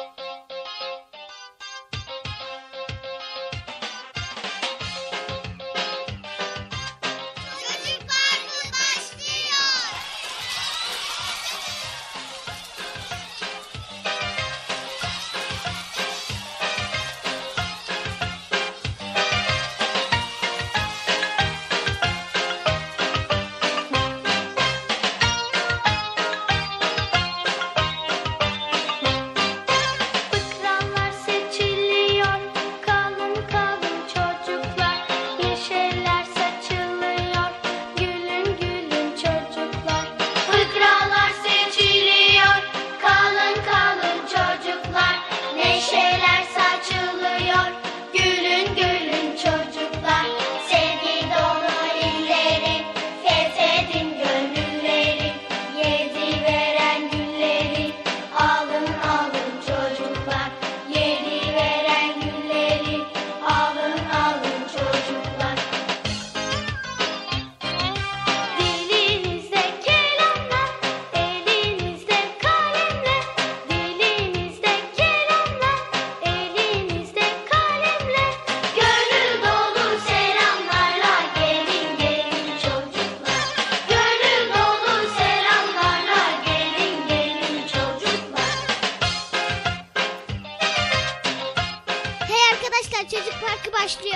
başlıyor.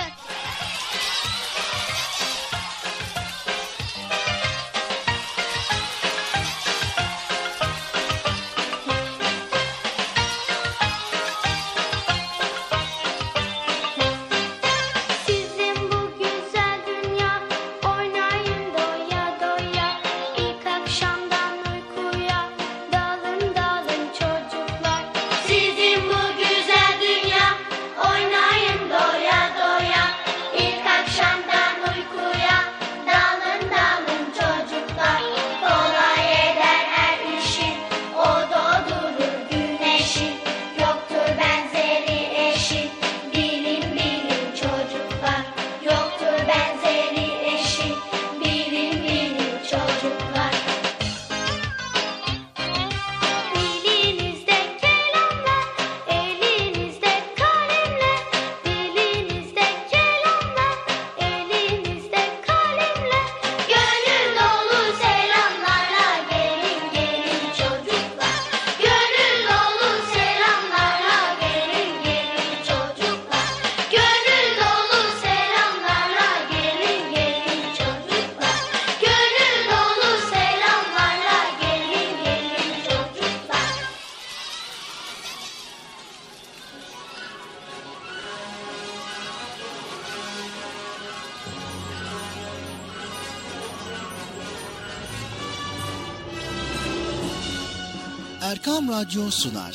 Erkam Radyo sunar.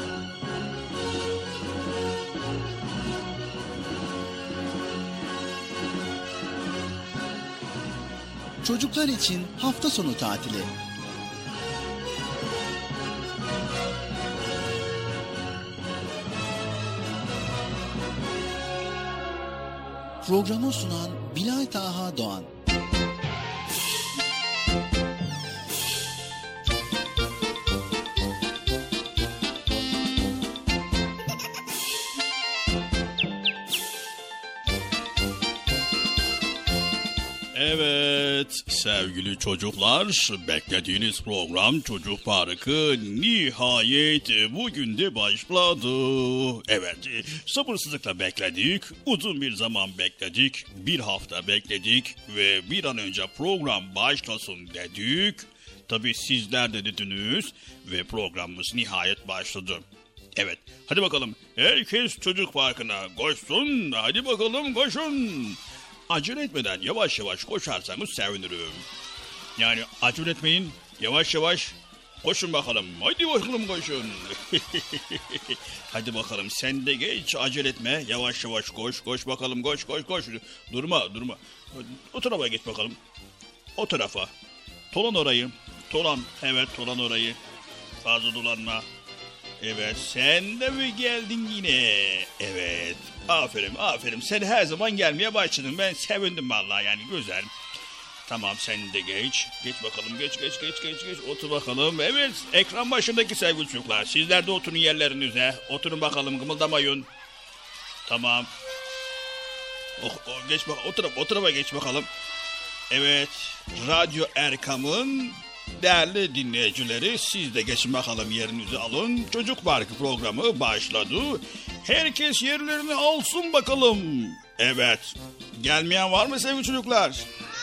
Çocuklar için hafta sonu tatili. Programı sunan Bilal Taha Doğan. Evet sevgili çocuklar, beklediğiniz program Çocuk Parkı nihayet bugün de başladı. Evet, sabırsızlıkla bekledik, uzun bir zaman bekledik, bir hafta bekledik ve bir an önce program başlasın dedik. Tabii sizler de dediniz ve programımız nihayet başladı. Evet, hadi bakalım herkes Çocuk Parkı'na koşsun, hadi bakalım koşun. Acele etmeden yavaş yavaş koşarsanız sevinirim. Yani acele etmeyin, yavaş yavaş koşun bakalım. Hadi bakalım koşun. Hadi bakalım sen de geç, acele etme. Yavaş yavaş koş bakalım, koş. Durma. O tarafa geç bakalım. O tarafa. Dolan orayı. Evet dolan orayı. Fazla dolanma. Evet, sen de mi geldin yine? Evet, aferin. Sen her zaman gelmeye başladın. Ben sevindim vallahi, yani güzel. Tamam sen de geç. Geç bakalım geç. Otur bakalım. Evet ekran başındaki sevgili çocuklar. Sizler de oturun yerlerinize. Oturun bakalım kımıldamayın. Tamam. Geç bak otur geç bakalım. Evet Radyo Erkam'ın değerli dinleyicileri siz de geçin bakalım yerinizi alın. Çocuk Parkı programı başladı. Herkes yerlerini alsın bakalım. Evet gelmeyen var mı sevgili çocuklar?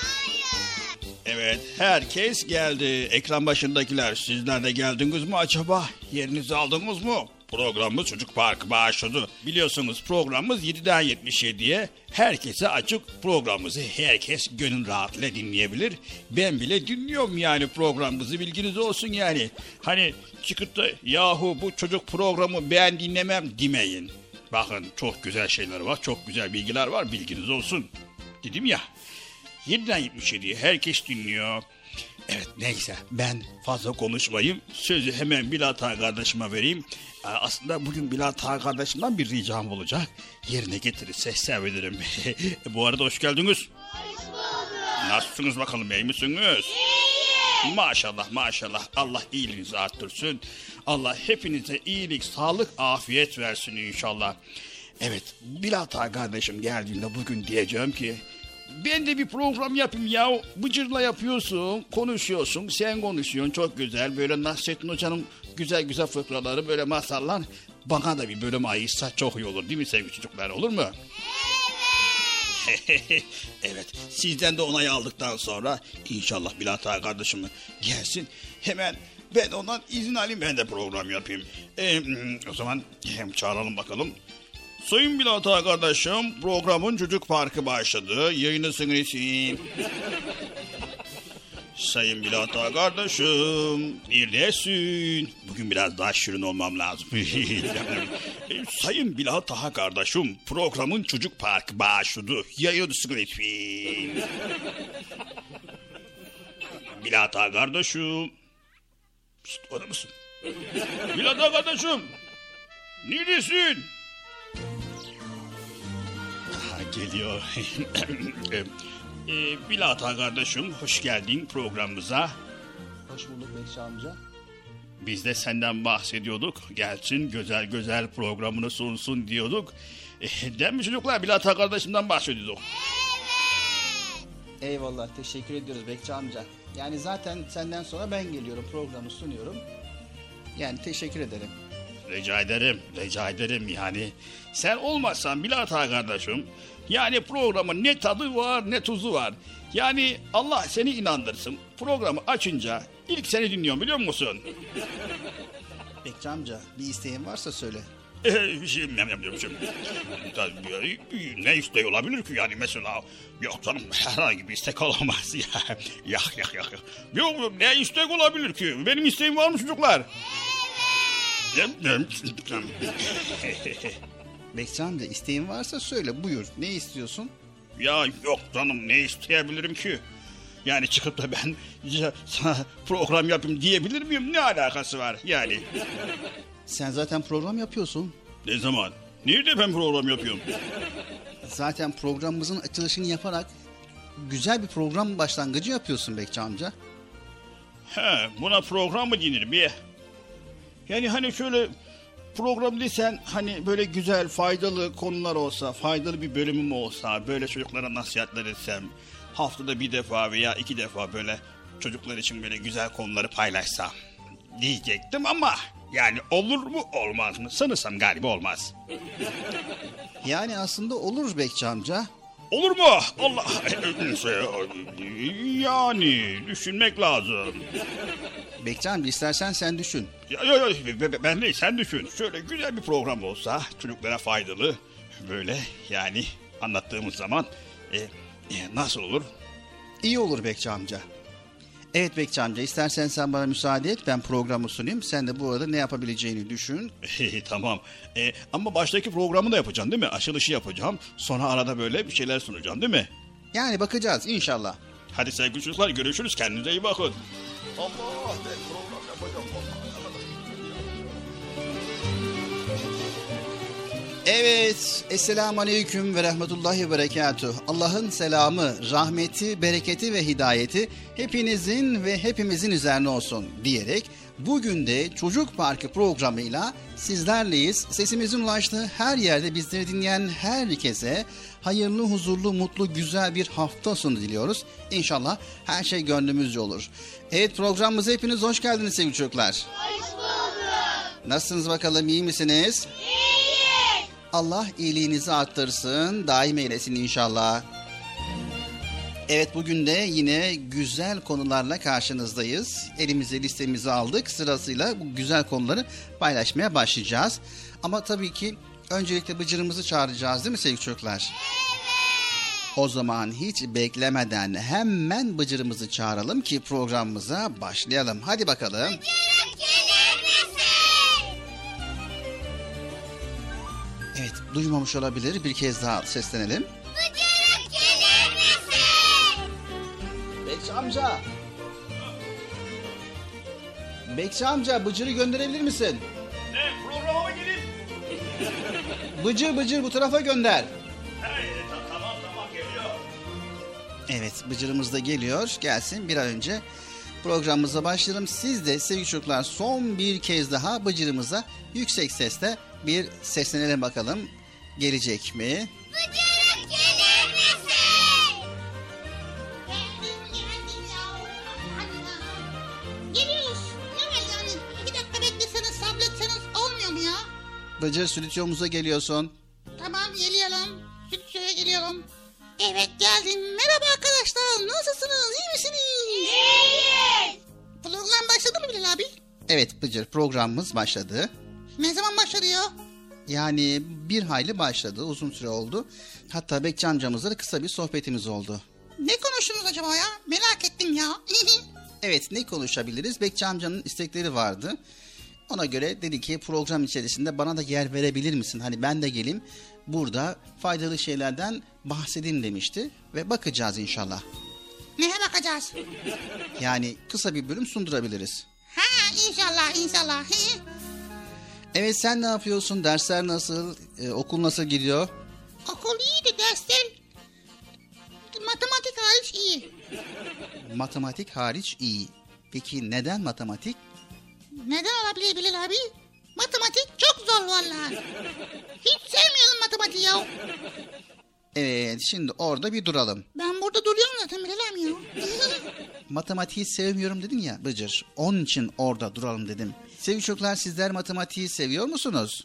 Evet herkes geldi. Ekran başındakiler sizler de geldiniz mi acaba? Yerinizi aldınız mı? Programımız Çocuk Parkı başladı. Biliyorsunuz programımız 7'den 77'ye herkese açık, programımızı herkes gönül rahatlığıyla dinleyebilir. Ben bile dinliyorum yani programımızı, bilginiz olsun yani. Hani çıkıp da yahu bu çocuk programı ben dinlemem demeyin. Bakın çok güzel şeyler var, çok güzel bilgiler var, bilginiz olsun. Dedim ya 7'den 77'ye herkes dinliyor. Evet neyse ben fazla konuşmayayım. Sözü hemen Bilal Taha kardeşime vereyim. Aslında bugün Bilal Taha kardeşimden bir ricam olacak. Yerine getirirse sevinirim. Bu arada hoş geldiniz. Hoş bulduk. Nasılsınız bakalım, iyi misiniz? İyiyim. Maşallah. Allah iyiliğinizi arttırsın. Allah hepinize iyilik, sağlık, afiyet versin inşallah. Evet Bilal Taha kardeşim geldiğinde bugün diyeceğim ki ben de bir program yapayım ya. Bıcırla yapıyorsun, konuşuyorsun, sen konuşuyorsun çok güzel. Böyle Nasrettin Hoca'nın güzel fıkraları, böyle masallar. Bana da bir bölüm ayırsa çok iyi olur değil mi sevgili çocuklar, olur mu? Evet. Evet, sizden de onay aldıktan sonra inşallah Bilal Taha kardeşim gelsin. Hemen ben ondan izin alayım, ben de program yapayım. O zaman hem çağıralım bakalım. Sayın Bilal Taha kardeşim, programın Çocuk Parkı başladı. Yayınısın için. Sayın Bilal Taha kardeşim, neredesin? Bugün biraz daha şirin olmam lazım. Sayın Bilal Taha kardeşim, programın Çocuk Parkı başladı. Yayınısın için. Bilal Taha kardeşim. Şişt, orada mısın? Bilal Taha kardeşim, neredesin? Geliyor. Bilal Taha kardeşim, hoş geldin programımıza. Hoş bulduk Bekçi amca. Biz de senden bahsediyorduk. Gelsin güzel programını sunsun diyorduk. Değil mi çocuklar? Bilal Taha kardeşimden bahsediyorduk. Eyvallah, teşekkür ediyoruz Bekçi amca. Yani zaten senden sonra ben geliyorum, programı sunuyorum. Yani teşekkür ederim. Rica ederim yani. Sen olmazsan Bilal Taha kardeşim, yani programın ne tadı var ne tuzu var. Yani Allah seni inandırsın. Programı açınca ilk seni dinliyorum, biliyor musun? Bekçi amca, bir isteğin varsa söyle. Ne isteği olabilir ki yani mesela? Yok canım, herhangi bir istek olamaz ya. Yak. Yok ne istek olabilir ki? Benim isteğim var mı çocuklar? Bekçi amca, isteğin varsa söyle, buyur. Ne istiyorsun? Ya yok canım, ne isteyebilirim ki? Yani çıkıp da ben sana program yapayım diyebilir miyim? Ne alakası var yani? Sen zaten program yapıyorsun. Ne zaman? Nerede ben program yapıyorum? Zaten programımızın açılışını yaparak güzel bir program başlangıcı yapıyorsun Bekçi amca. He, buna program mı denir bir? Yani hani şöyle program desen, hani böyle güzel faydalı konular olsa, faydalı bir bölümüm olsa, böyle çocuklara nasihatler etsem, haftada bir defa veya 2 defa böyle çocuklar için böyle güzel konuları paylaşsam diyecektim ama yani olur mu olmaz mı? Sanırsam galiba olmaz. Yani aslında olur Bekçi amca. Olur mu? Allah yani düşünmek lazım. Bekçi amca, istersen sen düşün. Ya, ben değil, sen düşün. Şöyle güzel bir program olsa, çocuklara faydalı, böyle yani anlattığımız zaman nasıl olur? İyi olur Bekçi amca. Evet Bekçi amca, istersen sen bana müsaade et, ben programı sunayım. Sen de bu arada ne yapabileceğini düşün. Tamam. Ama baştaki programı da yapacaksın değil mi? Açılışı yapacağım. Sonra arada böyle bir şeyler sunacağım değil mi? Yani bakacağız inşallah. Hadi sevgili çocuklar, görüşürüz. Kendinize iyi bakın. Allah, ben program yapacağım. Evet, Esselamu Aleyküm ve Rahmetullahi ve Berekatuh. Allah'ın selamı, rahmeti, bereketi ve hidayeti hepinizin ve hepimizin üzerine olsun diyerek bugün de Çocuk Parkı programıyla sizlerleyiz. Sesimizin ulaştığı her yerde bizleri dinleyen herkese hayırlı, huzurlu, mutlu, güzel bir hafta sonu diliyoruz. İnşallah her şey gönlümüzce olur. Evet, programımıza hepiniz hoş geldiniz sevgili çocuklar. Hoş bulduk. Nasılsınız bakalım, iyi misiniz? İyiyiz. Allah iyiliğinizi arttırsın, daim eylesin inşallah. Evet, bugün de yine güzel konularla karşınızdayız. Elimize listemizi aldık. Sırasıyla bu güzel konuları paylaşmaya başlayacağız. Ama tabii ki öncelikle Bıcır'ımızı çağıracağız değil mi sevgili çocuklar? O zaman hiç beklemeden hemen Bıcır'ımızı çağıralım ki programımıza başlayalım. Hadi bakalım. Bıcırık gelir misin? Evet, duymamış olabilir. Bir kez daha seslenelim. Bıcırık gelir misin? Bekçi amca. Bekçi amca, Bıcır'ı gönderebilir misin? Ne, programa mı gelin? Bıcır bu tarafa gönder. Tamam geliyor. Evet, Bıcır'ımız da geliyor. Gelsin bir an önce programımıza başlayalım. Siz de sevgili çocuklar son bir kez daha Bıcır'ımıza yüksek sesle bir seslenelim bakalım. Gelecek mi? Bıcırık gelir misin? Geliyoruz. Ne var yani? 2 dakika bekleseniz, sabretseniz olmuyor mu ya? Bıcır, stüdyomuza geliyorsun. Tamam, geliyorum. Stüdyoya geliyorum. Evet, geldim. Merhaba arkadaşlar. Nasılsınız? İyi misiniz? İyiyiz. Program başladı mı Bilal abi? Evet Bıcır, programımız başladı. Ne zaman başladı ya? Yani bir hayli başladı, uzun süre oldu. Hatta Bekçi amcamızla da kısa bir sohbetimiz oldu. Ne konuştunuz acaba ya? Merak ettim ya. Evet, ne konuşabiliriz? Bekçi amcanın istekleri vardı. Ona göre dedi ki program içerisinde bana da yer verebilir misin? Hani ben de geleyim, burada faydalı şeylerden bahsedeyim demişti. Ve bakacağız inşallah. Neye bakacağız? Yani kısa bir bölüm sundurabiliriz. Ha, inşallah. Evet, sen ne yapıyorsun? Dersler nasıl? Okul nasıl gidiyor? Okul iyi de dersler matematik hariç iyi. Matematik hariç iyi. Peki neden matematik? Neden olabilir Bilal abi? Matematik çok zor vallahi. Hiç sevmiyorum matematiği ya. Evet, şimdi orada bir duralım. Ben burada duruyorum zaten Bilal abi ya. Matematiği sevmiyorum dedin ya Bıcır. Onun için orada duralım dedim. Sevgili çocuklar, sizler matematiği seviyor musunuz?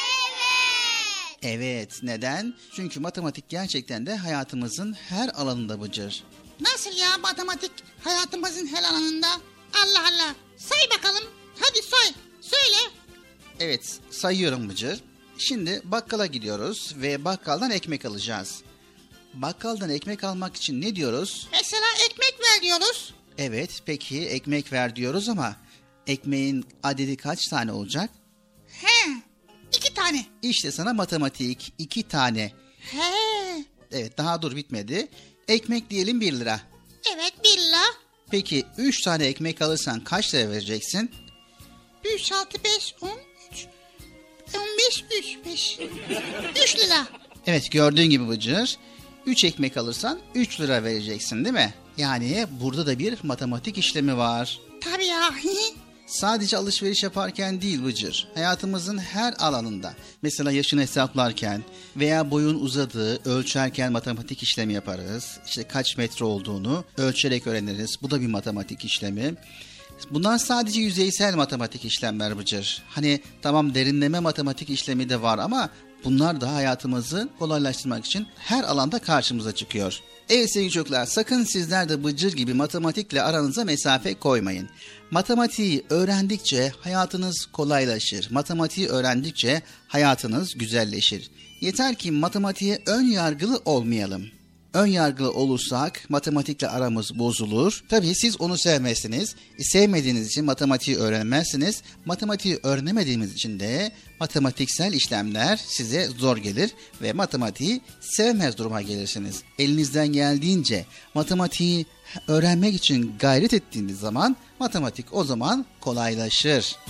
Evet, neden? Çünkü matematik gerçekten de hayatımızın her alanında Bıcır. Nasıl ya matematik hayatımızın her alanında? Allah Allah. Say bakalım. Hadi say. Söyle. Evet, sayıyorum Bıcır. Şimdi bakkala gidiyoruz ve bakkaldan ekmek alacağız. Bakkaldan ekmek almak için ne diyoruz? Mesela ekmek ver diyoruz. Evet, peki ekmek ver diyoruz ama ekmeğin adedi kaç tane olacak? He. 2 tane. İşte sana matematik, 2 tane. He. Evet, daha dur bitmedi. Ekmek diyelim 1 lira. Evet billah. Peki 3 tane ekmek alırsan kaç lira vereceksin? 3, 6, 5, 13, 15, 5. 3 lira. Evet, gördüğün gibi Bıcır. 3 ekmek alırsan 3 lira vereceksin değil mi? Yani burada da bir matematik işlemi var. Tabii ya. Sadece alışveriş yaparken değil Bıcır. Hayatımızın her alanında. Mesela yaşını hesaplarken veya boyun uzadığı ölçerken matematik işlemi yaparız. İşte kaç metre olduğunu ölçerek öğreniriz. Bu da bir matematik işlemi. Bunlar sadece yüzeysel matematik işlemler Bıcır. Hani tamam, derinleme matematik işlemi de var ama bunlar da hayatımızı kolaylaştırmak için her alanda karşımıza çıkıyor. Evet sevgili çocuklar, sakın sizler de Bıcır gibi matematikle aranıza mesafe koymayın. Matematiği öğrendikçe hayatınız kolaylaşır. Matematiği öğrendikçe hayatınız güzelleşir. Yeter ki matematiğe ön yargılı olmayalım. Ön yargılı olursak matematikle aramız bozulur. Tabii siz onu sevmezsiniz. Sevmediğiniz için matematiği öğrenmezsiniz. Matematiği öğrenemediğimiz için de matematiksel işlemler size zor gelir ve matematiği sevmez duruma gelirsiniz. Elinizden geldiğince matematiği öğrenmek için gayret ettiğiniz zaman matematik o zaman kolaylaşır.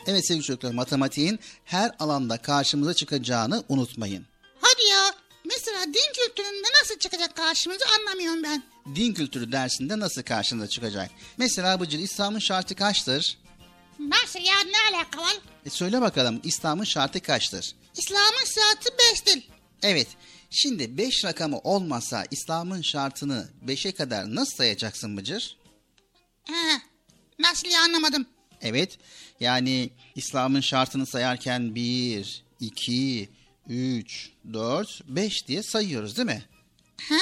Evet sevgili çocuklar, matematiğin her alanda karşımıza çıkacağını unutmayın. Hadi ya. Mesela din kültüründe nasıl çıkacak karşımıza anlamıyorum ben. Din kültürü dersinde nasıl karşınıza çıkacak? Mesela Bıcır, İslam'ın şartı kaçtır? Nasıl ya, ne alaka var? Söyle bakalım, İslam'ın şartı kaçtır? İslam'ın şartı 5'tir. Evet, şimdi 5 rakamı olmasa İslam'ın şartını 5'e kadar nasıl sayacaksın Bıcır? He, nasıl ya, anlamadım. Evet, yani İslam'ın şartını sayarken 1, 2, 3, 4, 5 diye sayıyoruz değil mi? He,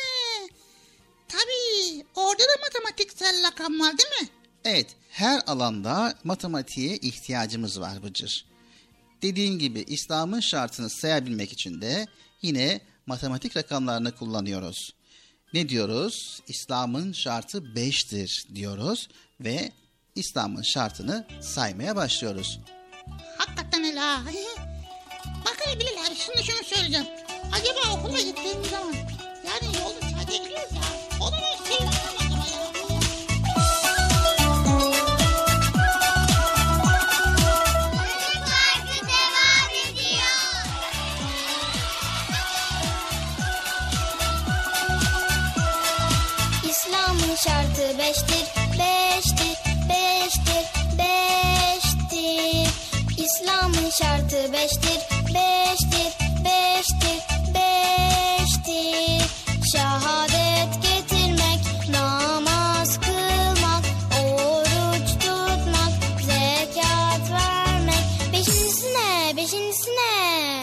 tabii orada da matematiksel rakam var değil mi? Evet, her alanda matematiğe ihtiyacımız var Bıcır. Dediğim gibi İslam'ın şartını sayabilmek için de yine matematik rakamlarını kullanıyoruz. Ne diyoruz? İslam'ın şartı 5'tir diyoruz ve İslam'ın şartını saymaya başlıyoruz. Hakikaten öyle ha. Bak hele Bilal abi, şimdi şunu söyleyeceğim. Acaba okula gittiğimiz zaman, yani yolda çayda gidiyoruz ya, onu mu seviyorum acaba ya? Çocuk Parkı devam ediyor. İslam'ın şartı 5'tir, 5'tir, 5'tir, 5'tir. İslam'ın şartı 5'tir, 5'tir, 5'tir, 5'tir. Şehadet getirmek, namaz kılmak, oruç tutmak, zekat vermek. Beşincisi ne? Beşincisi ne?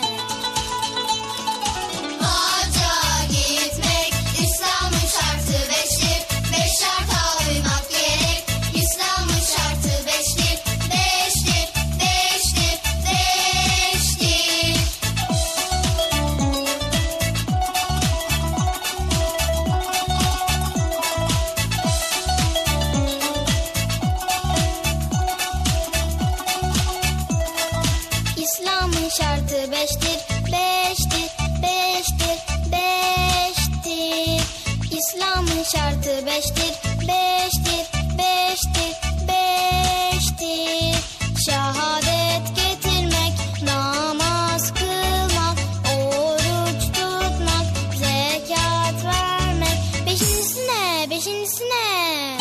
Hacca gitmek, İslam'ın şartı 5'tir. 5 şarta uymak gerek. İslam'ın şartı 5'tir. 5'tir, 5'tir, 5'tir. İslam'ın şartı 5'tir, 5'tir, 5'tir, 5'tir. İslam'ın şartı 5'tir, 5'tir, 5'tir, 5'tir. Şehadet getirmek, namaz kılmak, oruç tutmak, zekat vermek. Beşincisi ne? Beşincisi ne?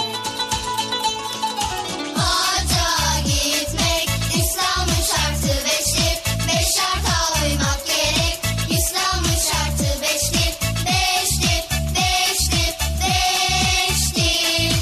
Hacca gitmek, İslam'ın şartı 5'tir. 5 şarta uymak gerek. İslam'ın şartı 5'tir. 5'tir, 5'tir, 5'tir.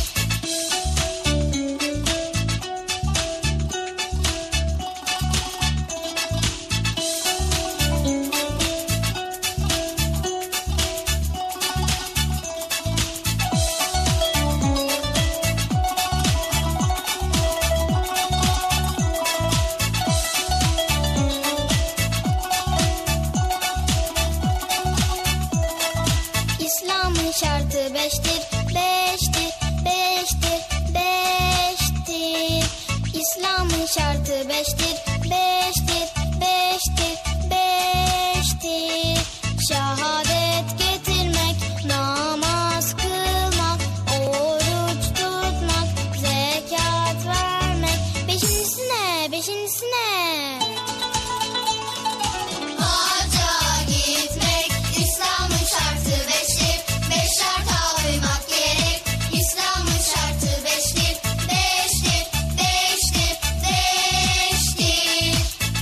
İslam'ın şartı 5'tir, 5'tir, 5'tir, 5'tir. İslam'ın şartı 5'tir, 5'tir, 5'tir, 5'tir. Şehadet getirmek, namaz kılmak, oruç tutmak, zekat vermek. Beşincisi ne? Beşincisi ne? Hacca gitmek, İslam'ın şartı 5'tir. 5 şarta uymak gerek. İslam'ın şartı 5'tir. 5'tir, 5'tir, 5'tir.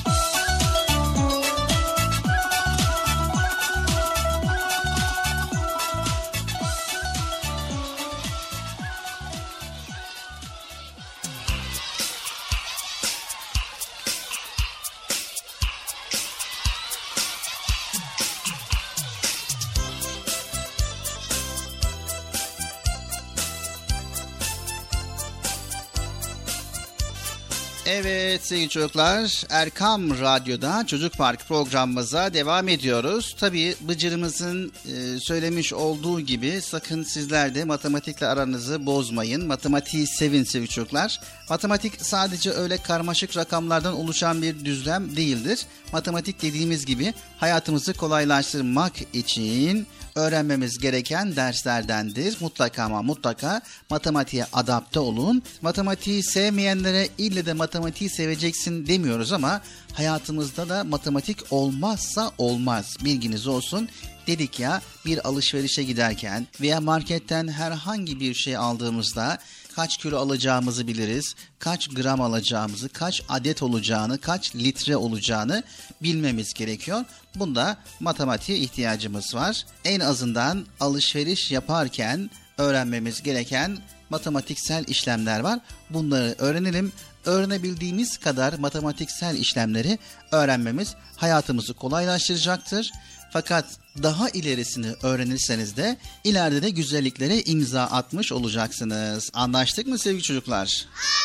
Evet sevgili çocuklar, Erkam Radyo'da Çocuk Park programımıza devam ediyoruz. Tabii Bıcır'ımızın söylemiş olduğu gibi sakın sizler de matematikle aranızı bozmayın. Matematiği sevin sevgili çocuklar. Matematik sadece öyle karmaşık rakamlardan oluşan bir düzlem değildir. Matematik dediğimiz gibi hayatımızı kolaylaştırmak için öğrenmemiz gereken derslerdendir. Mutlaka ama mutlaka matematiğe adapte olun. Matematiği sevmeyenlere ille de matematik matematiği seveceksin demiyoruz ama hayatımızda da matematik olmazsa olmaz. Bilginiz olsun. Dedik ya, bir alışverişe giderken veya marketten herhangi bir şey aldığımızda kaç kilo alacağımızı biliriz, kaç gram alacağımızı, kaç adet olacağını, kaç litre olacağını bilmemiz gerekiyor. Bunda matematiğe ihtiyacımız var. En azından alışveriş yaparken öğrenmemiz gereken matematiksel işlemler var. Bunları öğrenelim. Öğrenebildiğimiz kadar matematiksel işlemleri öğrenmemiz hayatımızı kolaylaştıracaktır. Fakat daha ilerisini öğrenirseniz de ileride de güzelliklere imza atmış olacaksınız. Anlaştık mı sevgili çocuklar?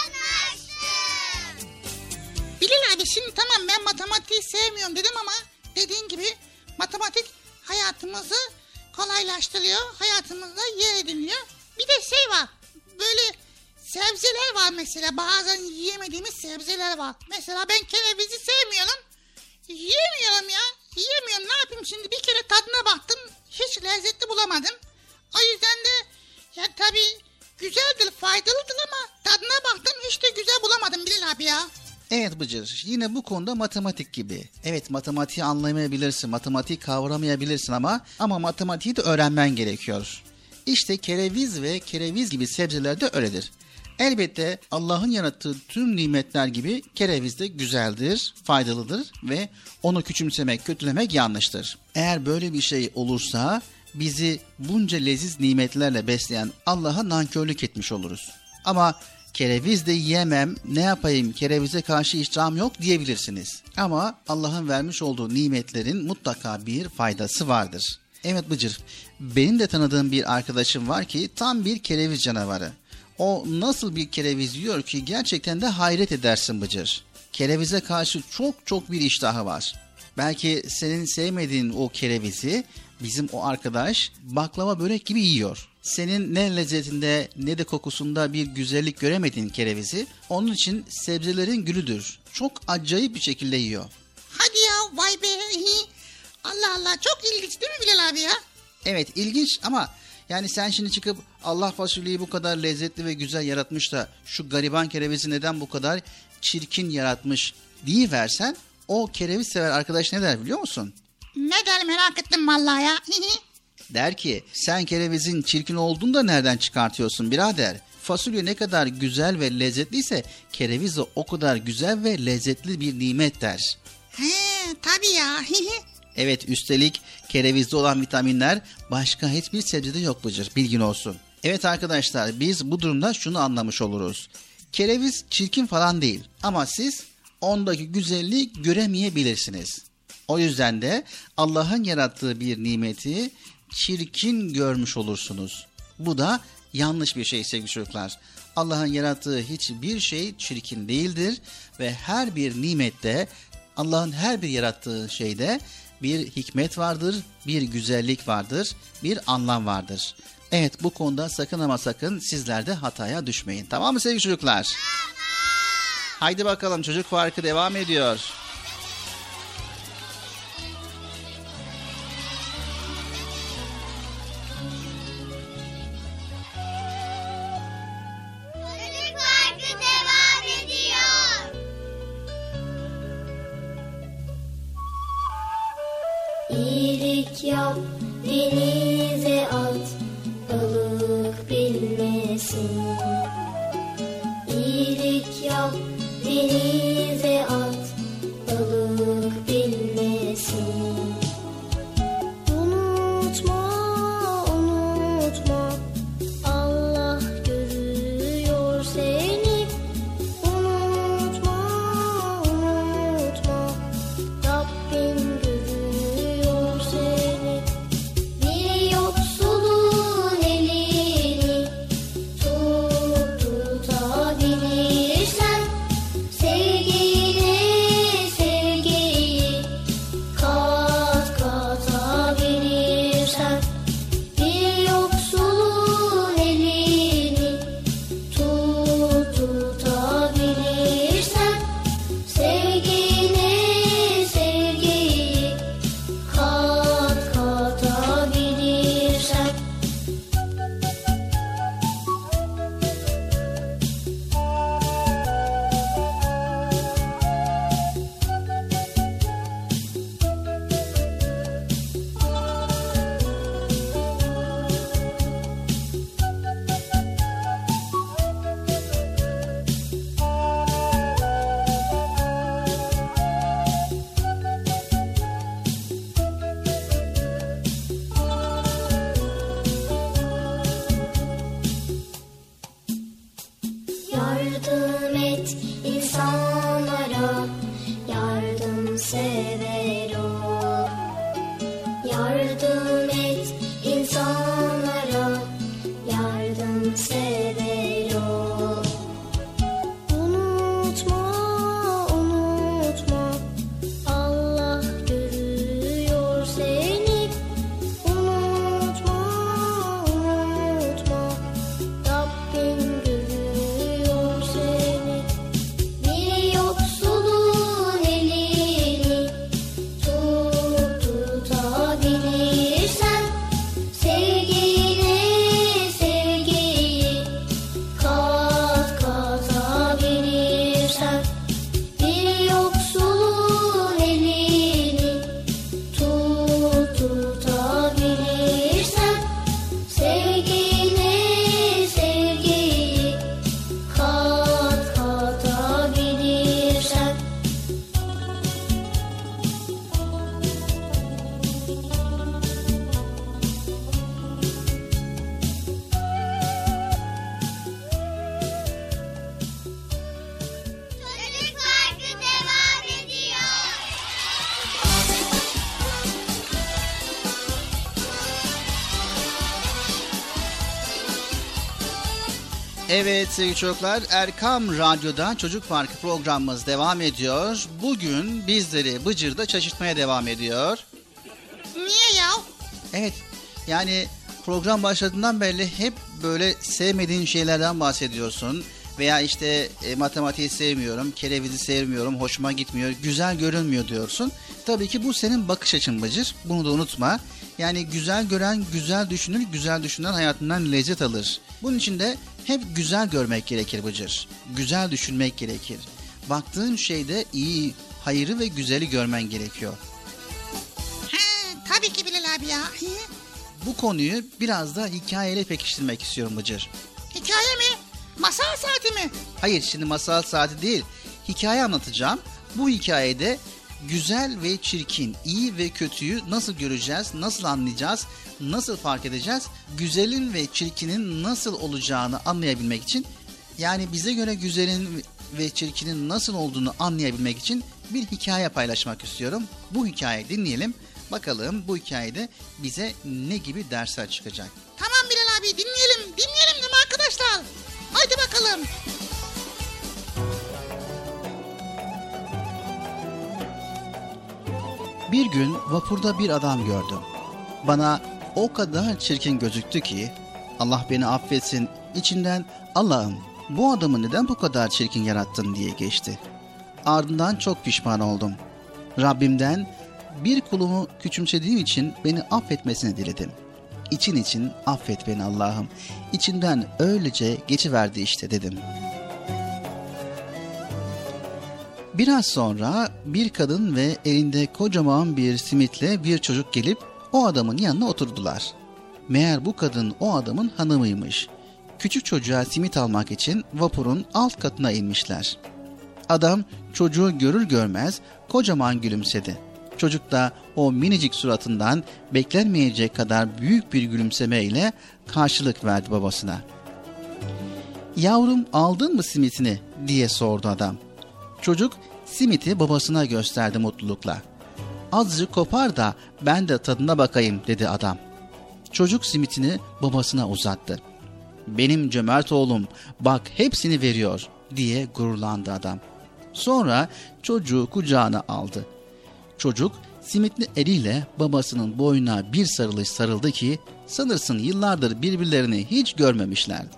Bilal abi şimdi tamam ben matematiği sevmiyorum dedim ama dediğin gibi matematik hayatımızı kolaylaştırıyor. Hayatımızda yer ediniyor. Bir de şey var, böyle sebzeler var mesela, bazen yiyemediğimiz sebzeler var. Mesela ben kerevizi sevmiyorum. Yiyemiyorum ya. Yiyemiyorum, ne yapayım şimdi, bir kere tadına baktım. Hiç lezzetli bulamadım. O yüzden de ya tabii güzeldir, faydalıdır ama tadına baktım hiç de güzel bulamadım Bilal abi ya. Evet Bıcır, yine bu konuda matematik gibi. Evet, matematiği anlayamayabilirsin, matematiği kavramayabilirsin ama matematiği de öğrenmen gerekiyor. İşte kereviz ve kereviz gibi sebzeler de öyledir. Elbette Allah'ın yarattığı tüm nimetler gibi kereviz de güzeldir, faydalıdır ve onu küçümsemek, kötülemek yanlıştır. Eğer böyle bir şey olursa bizi bunca leziz nimetlerle besleyen Allah'a nankörlük etmiş oluruz. Ama kereviz de yiyemem, ne yapayım, kerevize karşı iştahım yok diyebilirsiniz. Ama Allah'ın vermiş olduğu nimetlerin mutlaka bir faydası vardır. Evet Bıcır, benim de tanıdığım bir arkadaşım var ki tam bir kereviz canavarı. O nasıl bir kereviz yiyor ki gerçekten de hayret edersin Bıcır. Kerevize karşı çok bir iştahı var. Belki senin sevmediğin o kerevizi bizim o arkadaş baklava börek gibi yiyor. Senin ne lezzetinde ne de kokusunda bir güzellik göremediğin kerevizi onun için sebzelerin gülüdür. Çok acayip bir şekilde yiyor. Hadi ya, vay be. Allah Allah, çok ilginç değil mi Bilal abi ya? Evet, ilginç ama yani sen şimdi çıkıp Allah fasulyeyi bu kadar lezzetli ve güzel yaratmış da şu gariban kerevizi neden bu kadar çirkin yaratmış deyiversen o kereviz sever arkadaş ne der biliyor musun? Ne der, merak ettim vallahi ya. Der ki sen kerevizin çirkin olduğunu da nereden çıkartıyorsun birader? Fasulye ne kadar güzel ve lezzetliyse kereviz de o kadar güzel ve lezzetli bir nimet der. He tabii ya. Evet, üstelik kerevizde olan vitaminler başka hiçbir sebzede yok Bıcır, bilgin olsun. Evet arkadaşlar, biz bu durumda şunu anlamış oluruz. Kereviz çirkin falan değil ama siz ondaki güzelliği göremeyebilirsiniz. O yüzden de Allah'ın yarattığı bir nimeti çirkin görmüş olursunuz. Bu da yanlış bir şey sevgili çocuklar. Allah'ın yarattığı hiçbir şey çirkin değildir ve her bir nimette, Allah'ın her bir yarattığı şeyde bir hikmet vardır, bir güzellik vardır, bir anlam vardır. Evet, bu konuda sakın ama sakın sizler de hataya düşmeyin. Tamam mı sevgili çocuklar? Tamam. Haydi bakalım, çocuk farkı devam ediyor. Çocuk Parkı devam ediyor. İyilik yap, denize at, balık bilmesin. İyilik yap, denize at, balık bilmesin. Unutma, unutma, Allah görüyor seni. Unutma, unutma, Rabbin görüyor seni. Bir yoksulu sever o. Yardım et insanlara, yardımsever o. Unutma, unutma, Allah görüyor seni. Unutma, unutma, Rabbim görüyor seni. Bir yoksulun elini tutabilirsen, sevgine sevgiyi kat katabilirsen. Bir yoksulun elini tutabilirsen, sevgine sevgiyi kat katabilirsen. Çocuk Parkı devam ediyor. Evet sevgili çocuklar, Erkam Radyo'da Çocuk Parkı programımız devam ediyor. Bugün bizleri Bıcır'da şaşırtmaya devam ediyor. Niye ya? Evet, yani program başladığından beri hep böyle sevmediğin şeylerden bahsediyorsun. Veya işte matematiği sevmiyorum, kerevizi sevmiyorum, hoşuma gitmiyor, güzel görünmüyor diyorsun. Tabii ki bu senin bakış açın Bıcır, bunu da unutma. Yani güzel gören güzel düşünür, güzel düşünen hayatından lezzet alır. Bunun için de hep güzel görmek gerekir Bıcır. Güzel düşünmek gerekir. Baktığın şeyde iyi, hayırı ve güzeli görmen gerekiyor. He, tabii ki Bilal abi ya. Bu konuyu biraz da hikayeyle pekiştirmek istiyorum Bıcır. Hikaye mi? Masal saati mi? Hayır, şimdi masal saati değil. Hikaye anlatacağım. Bu hikayede güzel ve çirkin, iyi ve kötüyü nasıl göreceğiz, nasıl anlayacağız, nasıl fark edeceğiz? Güzelin ve çirkinin nasıl olacağını anlayabilmek için, yani bize göre güzelin ve çirkinin nasıl olduğunu anlayabilmek için bir hikaye paylaşmak istiyorum. Bu hikayeyi dinleyelim. Bakalım bu hikayede bize ne gibi dersler çıkacak. Tamam Bilal abi, dinleyelim. Dinleyelim değil mi arkadaşlar? Haydi bakalım. Bir gün vapurda bir adam gördüm. Bana o kadar çirkin gözüktü ki, Allah beni affetsin, içinden Allah'ım bu adamı neden bu kadar çirkin yarattın diye geçti. Ardından çok pişman oldum. Rabbimden bir kulumu küçümsediğim için beni affetmesini diledim. İçin için affet beni Allah'ım. İçimden öylece geçiverdi işte dedim. Biraz sonra bir kadın ve elinde kocaman bir simitle bir çocuk gelip o adamın yanına oturdular. Meğer bu kadın o adamın hanımıymış. Küçük çocuğa simit almak için vapurun alt katına inmişler. Adam çocuğu görür görmez kocaman gülümsedi. Çocuk da o minicik suratından beklenmeyecek kadar büyük bir gülümsemeyle karşılık verdi babasına. "Yavrum, aldın mı simitini?" diye sordu adam. Çocuk simiti babasına gösterdi mutlulukla. "Azıcık kopar da ben de tadına bakayım," dedi adam. Çocuk simitini babasına uzattı. "Benim cömert oğlum, bak hepsini veriyor," diye gururlandı adam. Sonra çocuğu kucağına aldı. Çocuk simitli eliyle babasının boynuna bir sarılış sarıldı ki sanırsın yıllardır birbirlerini hiç görmemişlerdi.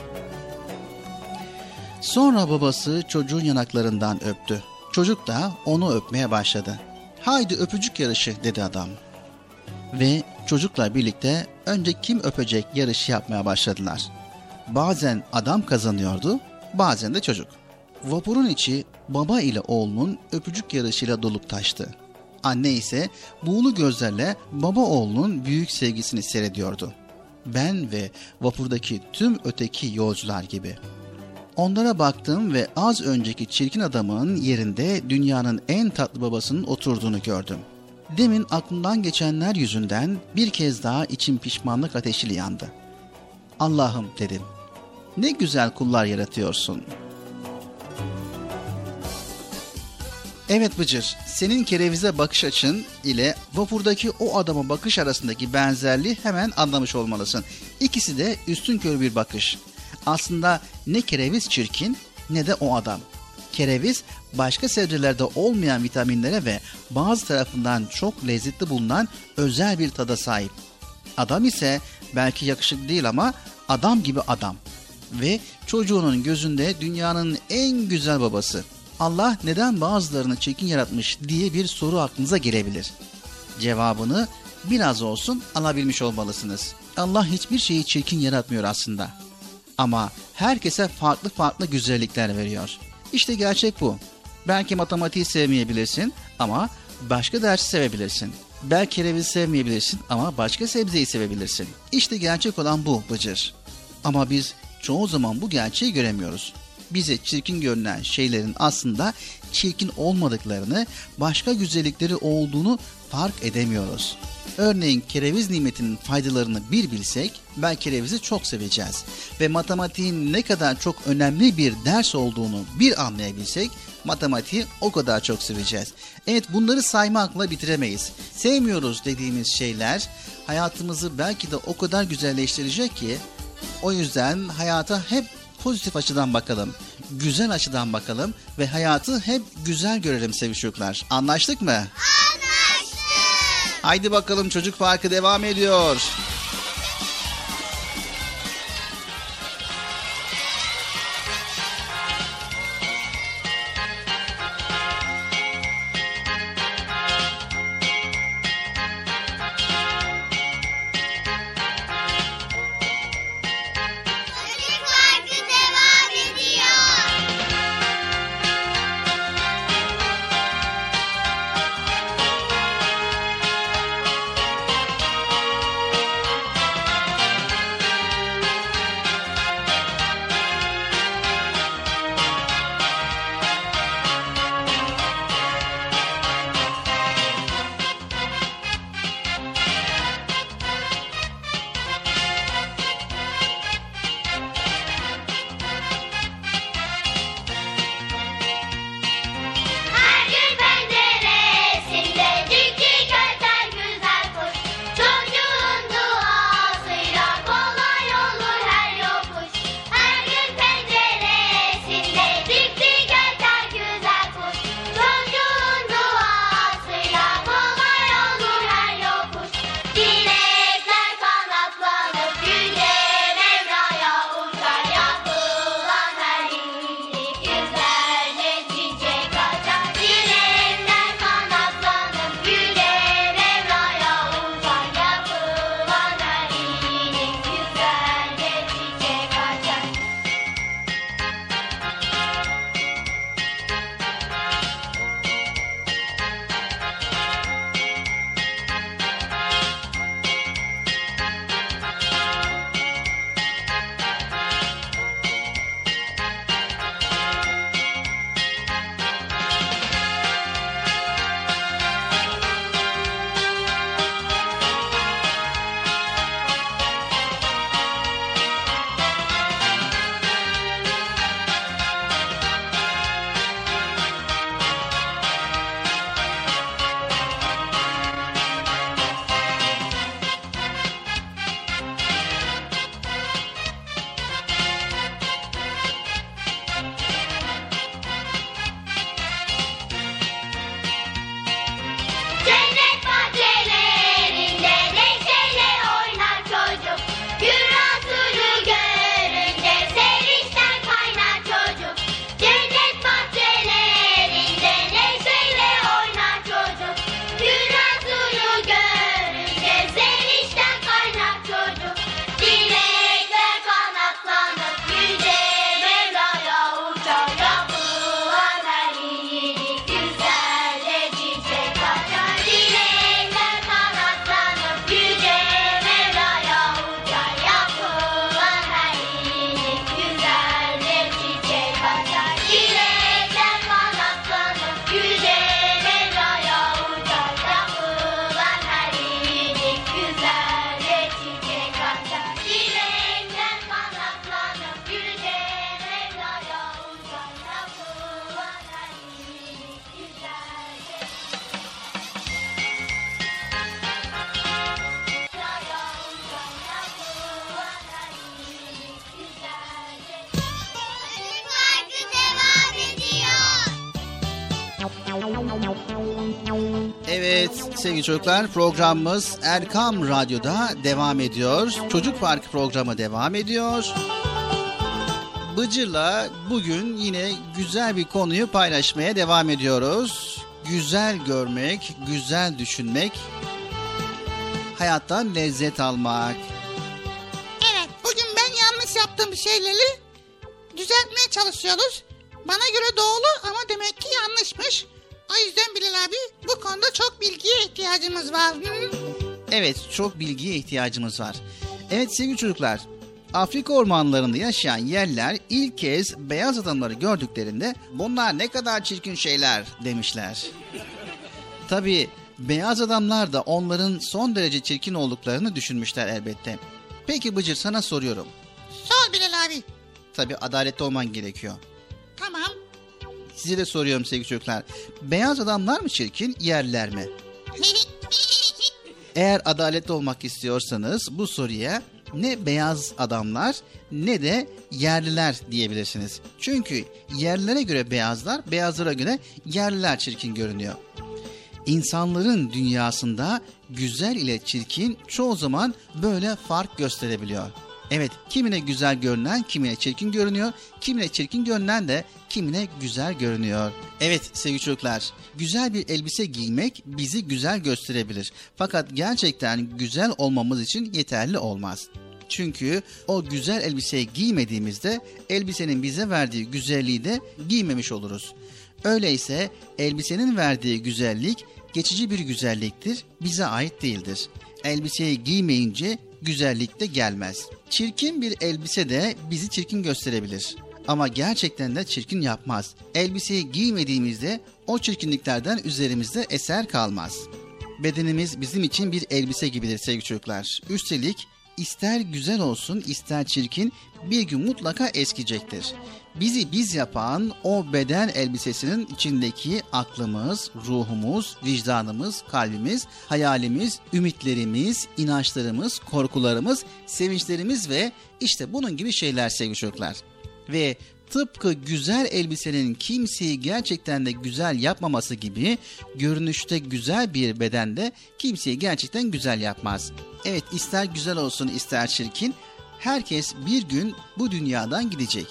Sonra babası çocuğun yanaklarından öptü. Çocuk da onu öpmeye başladı. "Haydi öpücük yarışı," dedi adam. Ve çocukla birlikte önce kim öpecek yarışı yapmaya başladılar. Bazen adam kazanıyordu, bazen de çocuk. Vapurun içi baba ile oğlunun öpücük yarışıyla dolup taştı. Anne ise buğulu gözlerle baba oğlunun büyük sevgisini seyrediyordu. Ben ve vapurdaki tüm öteki yolcular gibi. Onlara baktım ve az önceki çirkin adamın yerinde dünyanın en tatlı babasının oturduğunu gördüm. Demin aklımdan geçenler yüzünden bir kez daha içim pişmanlık ateşiyle yandı. "Allah'ım," dedim, "ne güzel kullar yaratıyorsun." Evet Bıcır, senin kerevize bakış açın ile vapurdaki o adama bakış arasındaki benzerliği hemen anlamış olmalısın. İkisi de üstünkörü bir bakış. Aslında ne kereviz çirkin ne de o adam. Kereviz başka sebzelerde olmayan vitaminlere ve bazı tarafından çok lezzetli bulunan özel bir tada sahip. Adam ise belki yakışıklı değil ama adam gibi adam. Ve çocuğunun gözünde dünyanın en güzel babası. Allah neden bazılarını çirkin yaratmış diye bir soru aklınıza gelebilir. Cevabını biraz olsun alabilmiş olmalısınız. Allah hiçbir şeyi çirkin yaratmıyor aslında. Ama herkese farklı farklı güzellikler veriyor. İşte gerçek bu. Belki matematiği sevmeyebilirsin ama başka dersi sevebilirsin. Belki kerevizi sevmeyebilirsin ama başka sebzeyi sevebilirsin. İşte gerçek olan bu Bıcır. Ama biz çoğu zaman bu gerçeği göremiyoruz. Bize çirkin görünen şeylerin aslında çirkin olmadıklarını, başka güzellikleri olduğunu fark edemiyoruz. Örneğin kereviz nimetinin faydalarını bir bilsek, belki kerevizi çok seveceğiz. Ve matematiğin ne kadar çok önemli bir ders olduğunu bir anlayabilsek, matematiği o kadar çok seveceğiz. Evet, bunları saymakla bitiremeyiz. Sevmiyoruz dediğimiz şeyler hayatımızı belki de o kadar güzelleştirecek ki, o yüzden hayata hep pozitif açıdan bakalım, güzel açıdan bakalım ve hayatı hep güzel görelim sevgili çocuklar. Anlaştık mı? Anlaştık. Haydi bakalım, Çocuk Parkı devam ediyor. Çocuk Parkı devam ediyor. Evet sevgili çocuklar, programımız Erkam Radyo'da devam ediyor. Çocuk Parkı programı devam ediyor. Bıcır'la bugün yine güzel bir konuyu paylaşmaya devam ediyoruz. Güzel görmek, güzel düşünmek, hayattan lezzet almak. Evet, bugün ben yanlış yaptığım şeyleri düzeltmeye çalışıyoruz. Bana göre doğru ama demek ki yanlışmış. O yüzden Bilal abi, bu konuda çok bilgiye ihtiyacımız var. Evet, çok bilgiye ihtiyacımız var. Evet sevgili çocuklar, Afrika ormanlarında yaşayan yerler ilk kez beyaz adamları gördüklerinde bunlar ne kadar çirkin şeyler demişler. Tabii beyaz adamlar da onların son derece çirkin olduklarını düşünmüşler elbette. Peki Bıcır, sana soruyorum. Sor Bilal abi. Tabii adaletli olman gerekiyor. Tamam. Size de soruyorum sevgili çocuklar. Beyaz adamlar mı çirkin, yerliler mi? Eğer adaletli olmak istiyorsanız bu soruya ne beyaz adamlar ne de yerliler diyebilirsiniz. Çünkü yerlilere göre beyazlar, beyazlara göre yerliler çirkin görünüyor. İnsanların dünyasında güzel ile çirkin çoğu zaman böyle fark gösterebiliyor. Evet, kimine güzel görünen kimine çirkin görünüyor, kimine çirkin görünen de kimine güzel görünüyor. Evet sevgili çocuklar, güzel bir elbise giymek bizi güzel gösterebilir. Fakat gerçekten güzel olmamız için yeterli olmaz. Çünkü o güzel elbiseyi giymediğimizde elbisenin bize verdiği güzelliği de giymemiş oluruz. Öyleyse elbisenin verdiği güzellik geçici bir güzelliktir, bize ait değildir. Elbiseyi giymeyince güzellik de gelmez. Çirkin bir elbise de bizi çirkin gösterebilir. Ama gerçekten de çirkin yapmaz. Elbiseyi giymediğimizde o çirkinliklerden üzerimizde eser kalmaz. Bedenimiz bizim için bir elbise gibidir sevgili çocuklar. Üstelik ister güzel olsun ister çirkin bir gün mutlaka eskiyecektir. Bizi biz yapan o beden elbisesinin içindeki aklımız, ruhumuz, vicdanımız, kalbimiz, hayalimiz, ümitlerimiz, inançlarımız, korkularımız, sevinçlerimiz ve işte bunun gibi şeyler sevgili çocuklar. Ve tıpkı güzel elbisenin kimseyi gerçekten de güzel yapmaması gibi görünüşte güzel bir bedende kimseyi gerçekten güzel yapmaz. Evet, ister güzel olsun ister çirkin, herkes bir gün bu dünyadan gidecek.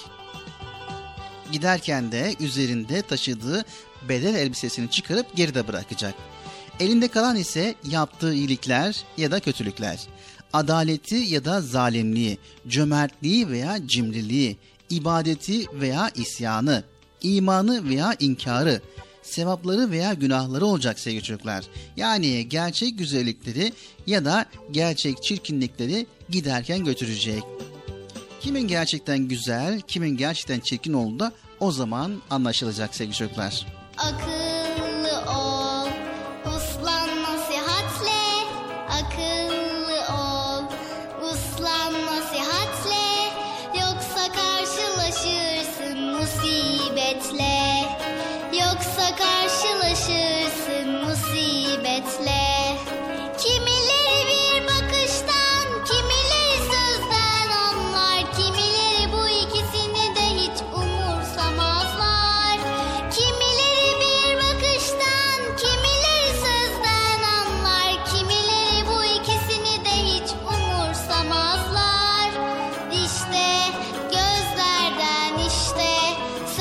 Giderken de üzerinde taşıdığı beden elbisesini çıkarıp geride bırakacak. Elinde kalan ise yaptığı iyilikler ya da kötülükler, adaleti ya da zalimliği, cömertliği veya cimriliği, ibadeti veya isyanı, imanı veya inkarı, sevapları veya günahları olacak sevgili çocuklar. Yani gerçek güzellikleri ya da gerçek çirkinlikleri giderken götürecek. Kimin gerçekten güzel, kimin gerçekten çirkin olduğu da o zaman anlaşılacak sevgili çocuklar. Akıllı ol, uslan nasihatle. Akıllı ol, uslan nasihatle. Yoksa karşılaşırsın musibetle. Yoksa karşılaşırsın musibetle. Kimileri bir bakıştan, kimileri sözden anlar. Kimileri bu ikisini de hiç umursamazlar. Kimileri bir bakıştan, kimileri sözden anlar. Kimileri bu ikisini de hiç umursamazlar. İşte gözlerden, işte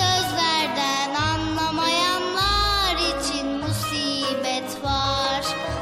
sözlerden anlamayanlar için musibet var.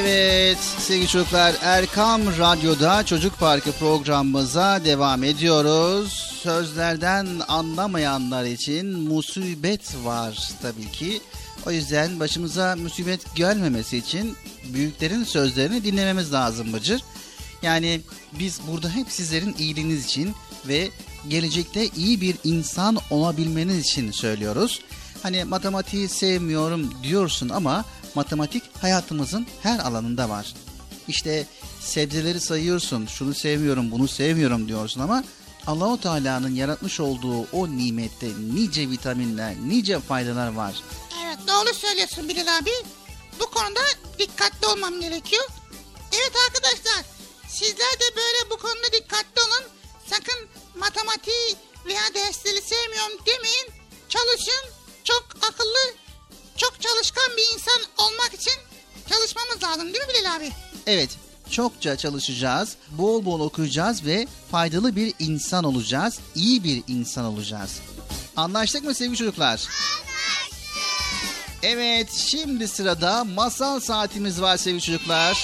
Evet sevgili çocuklar, Erkam Radyo'da Çocuk Parkı programımıza devam ediyoruz. Sözlerden anlamayanlar için musibet var tabii ki. O yüzden başımıza musibet gelmemesi için büyüklerin sözlerini dinlememiz lazım Bıcır. Yani biz burada hep sizlerin iyiliğiniz için ve gelecekte iyi bir insan olabilmeniz için söylüyoruz. Hani matematiği sevmiyorum diyorsun ama matematik hayatımızın her alanında var. İşte sebzeleri sayıyorsun, şunu sevmiyorum, bunu sevmiyorum diyorsun ama Allah-u Teala'nın yaratmış olduğu o nimette nice vitaminler, nice faydalar var. Evet doğru söylüyorsun Bilal abi. Bu konuda dikkatli olmam gerekiyor. Evet arkadaşlar, sizler de böyle bu konuda dikkatli olun. Sakın matematiği veya dersleri sevmiyorum demeyin. Çalışın, çok akıllı, çok çalışkan bir insan olmak için çalışmamız lazım değil mi Bilal abi? Evet, çokça çalışacağız, bol bol okuyacağız ve faydalı bir insan olacağız, iyi bir insan olacağız. Anlaştık mı sevgili çocuklar? Anlaştık. Evet, şimdi sırada masal saatimiz var sevgili çocuklar.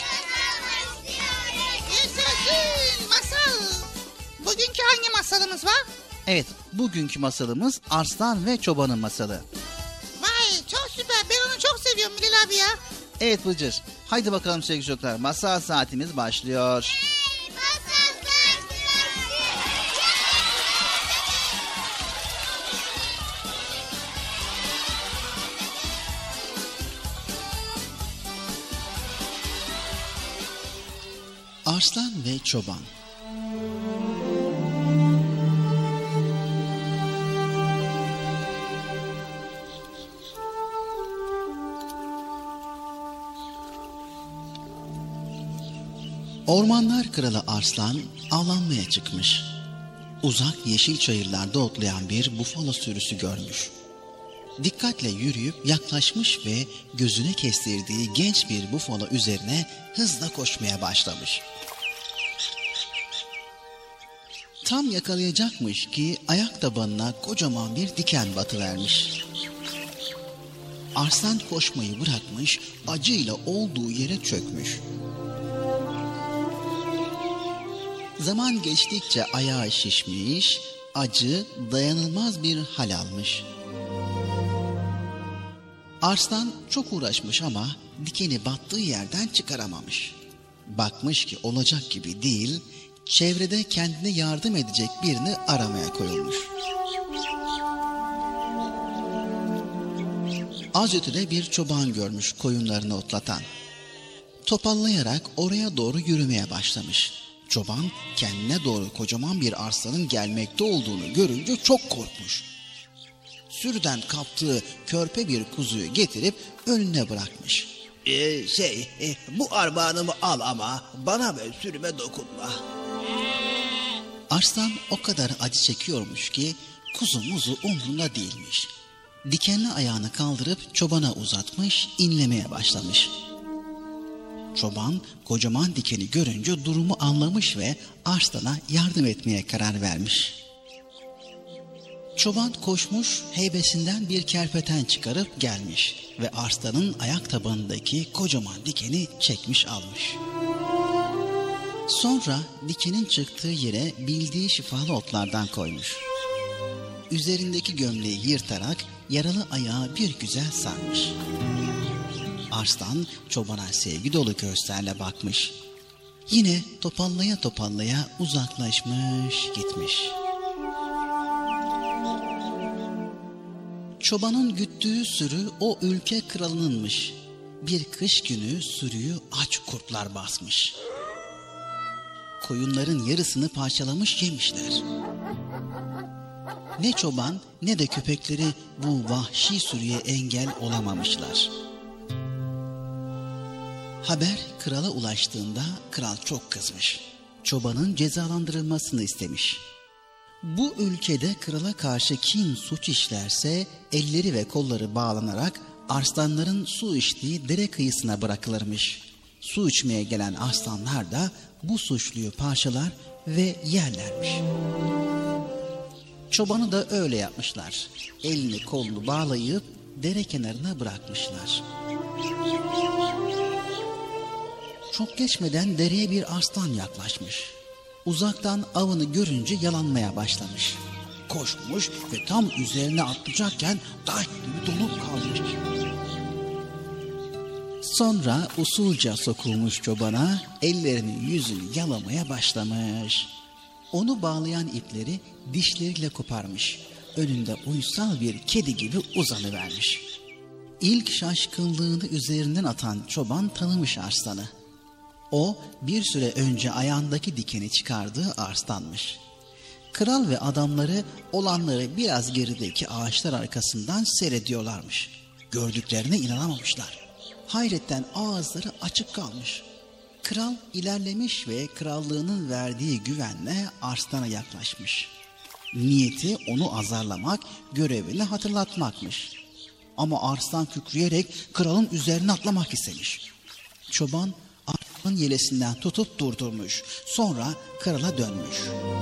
Yaşasın masal. Bugünkü hangi masalımız var? Evet, bugünkü masalımız Arslan ve Çoban'ın masalı. Vay çok süper, ben onu çok seviyorum Bilal abi ya. Evet Bıcır, haydi bakalım sevgili çocuklar, masal saatimiz başlıyor. Arslan ve Çoban. Ormanlar kralı Arslan avlanmaya çıkmış. Uzak yeşil çayırlarda otlayan bir bufalo sürüsü görmüş. Dikkatle yürüyüp yaklaşmış ve gözüne kestirdiği genç bir bufalo üzerine hızla koşmaya başlamış. Tam yakalayacakmış ki ayak tabanına kocaman bir diken batıvermiş. Arslan koşmayı bırakmış, acıyla olduğu yere çökmüş. Zaman geçtikçe ayağı şişmiş, acı dayanılmaz bir hal almış. Arslan çok uğraşmış ama dikeni battığı yerden çıkaramamış. Bakmış ki olacak gibi değil, çevrede kendine yardım edecek birini aramaya koyulmuş. Az ötede bir çoban görmüş koyunlarını otlatan. Topallayarak oraya doğru yürümeye başlamış. Çoban kendine doğru kocaman bir arslanın gelmekte olduğunu görünce çok korkmuş. Sürüden kaptığı körpe bir kuzuyu getirip önüne bırakmış. Bu armağanımı al ama bana ve sürüme dokunma. Arslan o kadar acı çekiyormuş ki kuzu muzu umrunda değilmiş. Dikenli ayağını kaldırıp çobana uzatmış, inlemeye başlamış. Çoban kocaman dikeni görünce durumu anlamış ve Arslan'a yardım etmeye karar vermiş. Çoban koşmuş, heybesinden bir kerpeten çıkarıp gelmiş ve Arslan'ın ayak tabanındaki kocaman dikeni çekmiş almış. Sonra dikenin çıktığı yere bildiği şifalı otlardan koymuş. Üzerindeki gömleği yırtarak yaralı ayağı bir güzel sarmış. Arslan çobana sevgi dolu gözlerle bakmış. Yine topallaya topallaya uzaklaşmış gitmiş. Çobanın güttüğü sürü o ülke kralınınmış. Bir kış günü sürüyü aç kurtlar basmış. Koyunların yarısını parçalamış yemişler. Ne çoban ne de köpekleri bu vahşi sürüye engel olamamışlar. Haber krala ulaştığında kral çok kızmış. Çobanın cezalandırılmasını istemiş. Bu ülkede krala karşı kim suç işlerse elleri ve kolları bağlanarak arslanların su içtiği dere kıyısına bırakılırmış. Su içmeye gelen arslanlar da bu suçluyu parçalar ve yerlermiş. Çobanı da öyle yapmışlar. Elini kolunu bağlayıp dere kenarına bırakmışlar. Çok geçmeden dereye bir arslan yaklaşmış. Uzaktan avını görünce yalanmaya başlamış. Koşmuş ve tam üzerine atlayacakken taş gibi donup kalmış. Sonra usulca sokulmuş çobana, ellerini yüzünü yalamaya başlamış. Onu bağlayan ipleri dişleriyle koparmış. Önünde uysal bir kedi gibi uzanıvermiş. İlk şaşkınlığını üzerinden atan çoban tanımış arslanı. O bir süre önce ayağındaki dikeni çıkardığı arslanmış. Kral ve adamları olanları biraz gerideki ağaçlar arkasından seyrediyorlarmış. Gördüklerine inanamamışlar. Hayretten ağızları açık kalmış. Kral ilerlemiş ve krallığının verdiği güvenle arslana yaklaşmış. Niyeti onu azarlamak, görevini hatırlatmakmış. Ama arslan kükreyerek kralın üzerine atlamak istemiş. Çoban arslanın yelesinden tutup durdurmuş. Sonra krala dönmüş.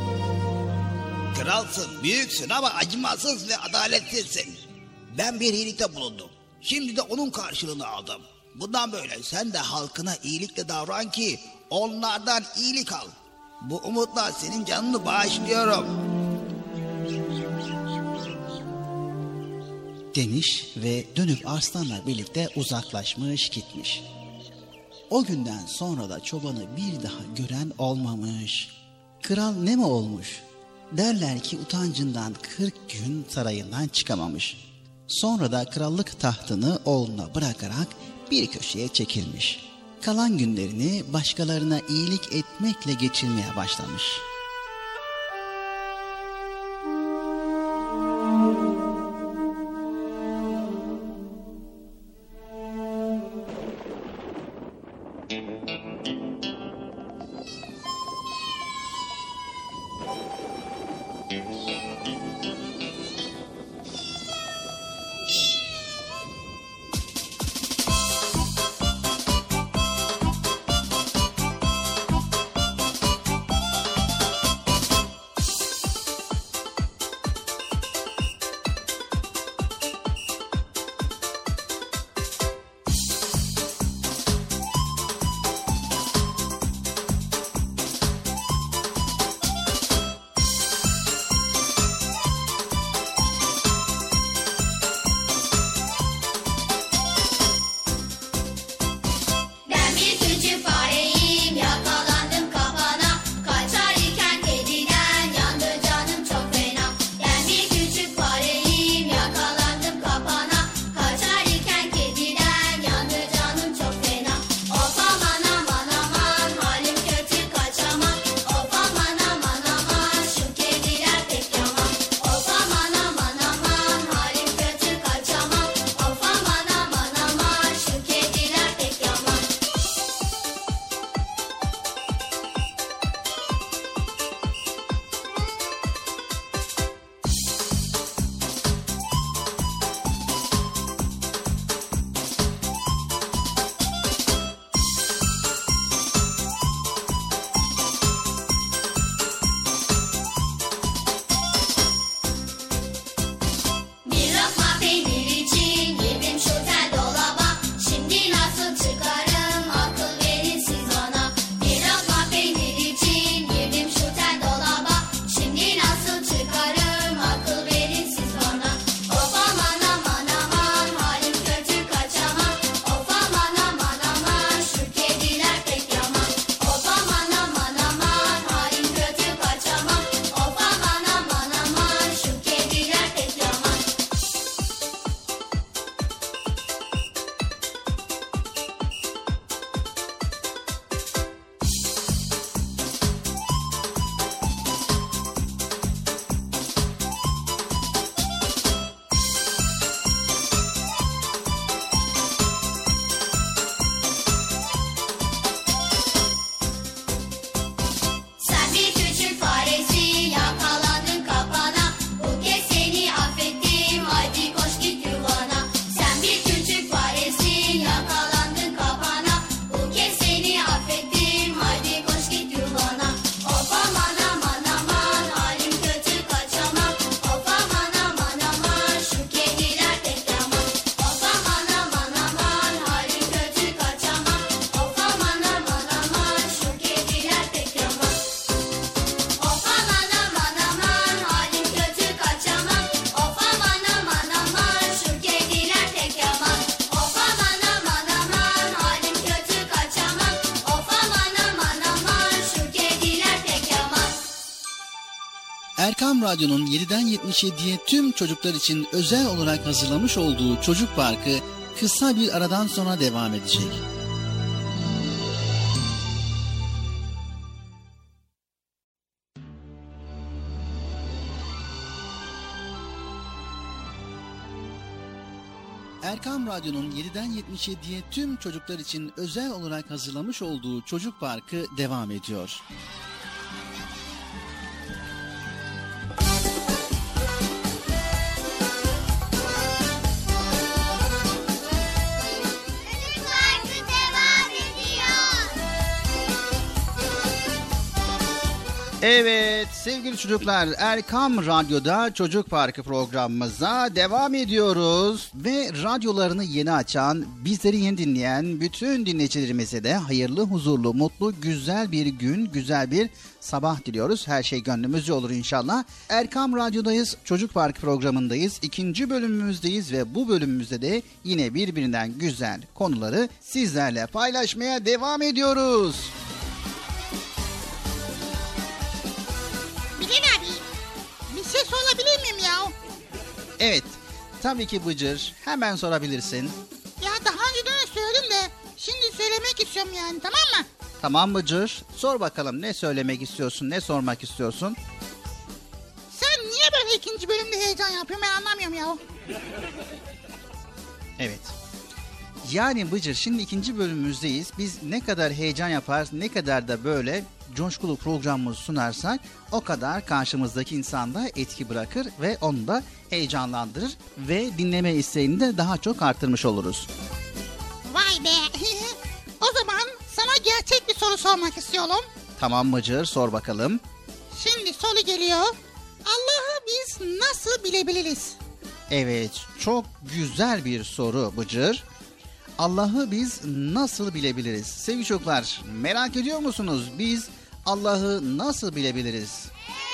Kralsın, büyüksün ama acımasız ve adaletsizsin. Ben bir iyilikte bulundum. Şimdi de onun karşılığını aldım. Bundan böyle sen de halkına iyilikle davran ki onlardan iyilik al. Bu umutla senin canını bağışlıyorum. Demiş ve dönüp arslanla birlikte uzaklaşmış gitmiş. O günden sonra da çobanı bir daha gören olmamış. Kral ne mi olmuş? Derler ki utancından 40 gün sarayından çıkamamış. Sonra da krallık tahtını oğluna bırakarak bir köşeye çekilmiş. Kalan günlerini başkalarına iyilik etmekle geçirmeye başlamış. Erkam Radyo'nun 7'den 77'ye tüm çocuklar için özel olarak hazırlamış olduğu Çocuk Parkı kısa bir aradan sonra devam edecek. Erkam Radyo'nun 7'den 77'ye tüm çocuklar için özel olarak hazırlamış olduğu Çocuk Parkı devam ediyor. Çocuk Parkı devam ediyor. Evet sevgili çocuklar, Erkam Radyo'da Çocuk Parkı programımıza devam ediyoruz. Ve radyolarını yeni açan, bizleri yeni dinleyen bütün dinleyicilerimize de hayırlı, huzurlu, mutlu, güzel bir gün, güzel bir sabah diliyoruz. Her şey gönlümüzce olur inşallah. Erkam Radyo'dayız, Çocuk Parkı programındayız. 2. bölümümüzdeyiz ve bu bölümümüzde de yine birbirinden güzel konuları sizlerle paylaşmaya devam ediyoruz. Bilal abi, bir ses olabilir miyim ya? Evet, tabii ki Bıcır. Hemen sorabilirsin. Ya daha önceden söyledim de şimdi söylemek istiyorum yani, tamam mı? Tamam Bıcır. Sor bakalım, ne söylemek istiyorsun, ne sormak istiyorsun? Sen niye böyle ikinci bölümde heyecan yapıyorsun, ben anlamıyorum ya. Evet. Yani Bıcır, şimdi 2. bölümümüzdeyiz. Biz ne kadar heyecan yapar, ne kadar da böyle coşkulu programımızı sunarsak o kadar karşımızdaki insanda etki bırakır ve onu da heyecanlandırır ve dinleme isteğini de daha çok arttırmış oluruz. Vay be. O zaman sana gerçek bir soru sormak istiyorum. Tamam Bıcır, sor bakalım. Şimdi soru geliyor. Allah'ı biz nasıl bilebiliriz? Evet, çok güzel bir soru Bıcır. Allah'ı biz nasıl bilebiliriz? Sevgili çocuklar, merak ediyor musunuz? Biz Allah'ı nasıl bilebiliriz?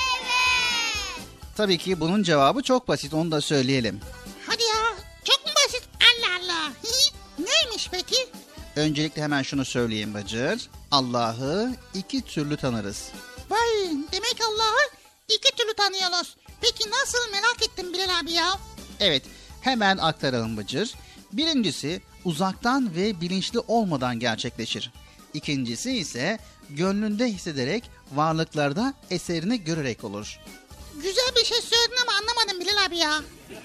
Evet. Tabii ki bunun cevabı çok basit, onu da söyleyelim. Hadi ya, çok mu basit? Allah Allah. Neymiş peki? Öncelikle hemen şunu söyleyeyim Bıcır. Allah'ı 2 türlü tanırız. Vay, demek Allah'ı 2 türlü tanıyoruz. Peki nasıl, merak ettim Bilal abi ya. Evet, hemen aktaralım Bıcır. Birincisi uzaktan ve bilinçli olmadan gerçekleşir. İkincisi ise gönlünde hissederek, varlıklarda eserini görerek olur. Güzel bir şey söyledin ama anlamadım Bilal abi ya.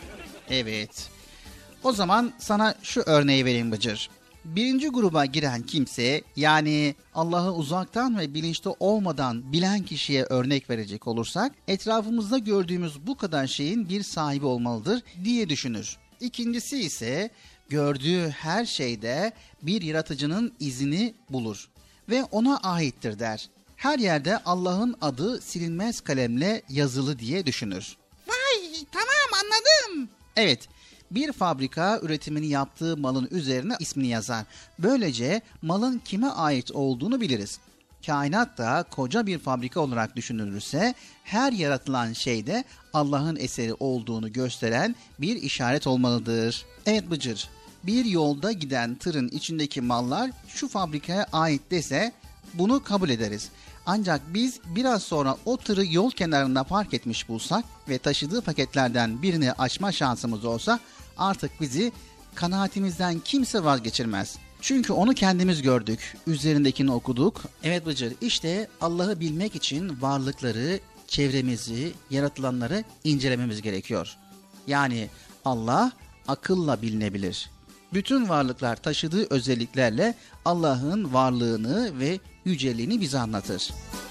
Evet. O zaman sana şu örneği vereyim Bıcır. 1. gruba giren kimse, yani Allah'ı uzaktan ve bilinçli olmadan bilen kişiye örnek verecek olursak, etrafımızda gördüğümüz bu kadar şeyin bir sahibi olmalıdır diye düşünür. İkincisi ise gördüğü her şeyde bir yaratıcının izini bulur ve ona aittir der. Her yerde Allah'ın adı silinmez kalemle yazılı diye düşünür. Vay, tamam anladım. Evet, bir fabrika üretimini yaptığı malın üzerine ismini yazar. Böylece malın kime ait olduğunu biliriz. Kainat da koca bir fabrika olarak düşünülürse her yaratılan şeyde Allah'ın eseri olduğunu gösteren bir işaret olmalıdır. Evet Bıcır, bir yolda giden tırın içindeki mallar şu fabrikaya ait dese bunu kabul ederiz. Ancak biz biraz sonra o tırı yol kenarında park etmiş bulsak ve taşıdığı paketlerden birini açma şansımız olsa artık bizi kanaatimizden kimse vazgeçirmez. Çünkü onu kendimiz gördük, üzerindekini okuduk. Evet Bıcır, işte Allah'ı bilmek için varlıkları, çevremizi, yaratılanları incelememiz gerekiyor. Yani Allah akılla bilinebilir. Bütün varlıklar taşıdığı özelliklerle Allah'ın varlığını ve yüceliğini bize anlatır.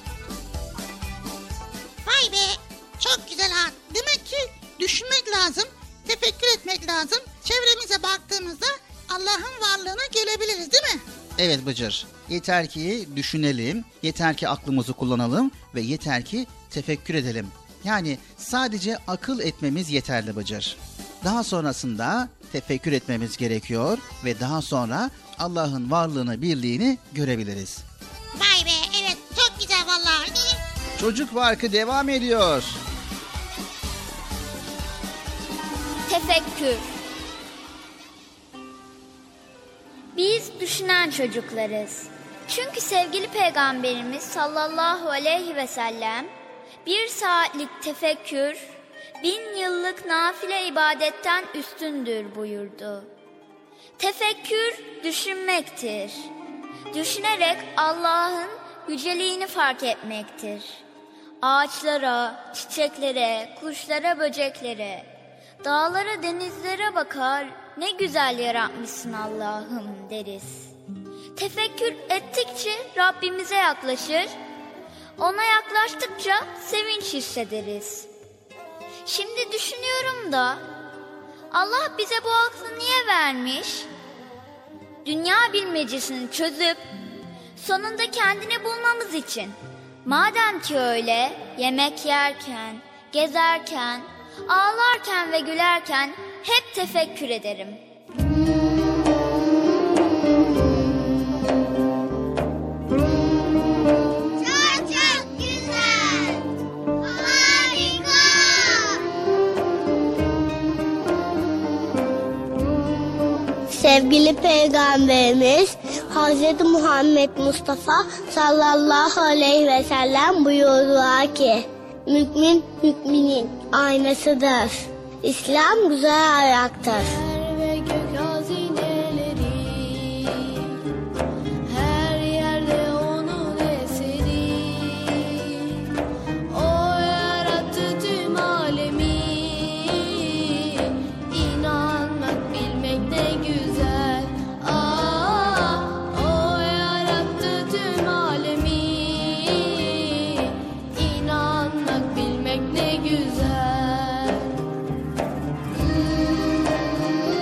Vay be, çok güzel ha. Demek ki düşünmek lazım, tefekkür etmek lazım. Çevremize baktığımızda Allah'ın varlığını görebiliriz değil mi? Evet Bıcır, yeter ki düşünelim, yeter ki aklımızı kullanalım ve yeter ki tefekkür edelim. Yani sadece akıl etmemiz yeterli Bıcır. Daha sonrasında tefekkür etmemiz gerekiyor ve daha sonra Allah'ın varlığını, birliğini görebiliriz. Vay be, evet çok güzel vallahi. Çocuk Parkı devam ediyor. Tefekkür. Biz düşünen çocuklarız. Çünkü sevgili Peygamberimiz sallallahu aleyhi ve sellem Bir saatlik tefekkür 1000 yıllık nafile ibadetten üstündür buyurdu. Tefekkür düşünmektir. Düşünerek Allah'ın yüceliğini fark etmektir. Ağaçlara, çiçeklere, kuşlara, böceklere, dağlara, denizlere bakar, ne güzel yaratmışsın Allah'ım deriz. Tefekkür ettikçe Rabbimize yaklaşır, ona yaklaştıkça sevinç hissederiz. Şimdi düşünüyorum da, Allah bize bu aklı niye vermiş? Dünya bilmecesini çözüp sonunda kendini bulmamız için. Madem ki öyle, yemek yerken, gezerken, ağlarken ve gülerken hep tefekkür ederim. Çok çok güzel. Harika. Sevgili Peygamberimiz Hz. Muhammed Mustafa sallallahu aleyhi ve sellem buyurdular ki, mümin müminin aynasıdır. İslam güzel ayaktır. Ve gök hazineleri, her yerde onun eseri. O yarattı tüm alemi, inanmak bilmek ne güzel. O yarattı tüm alemi, inanmak bilmek ne güzel.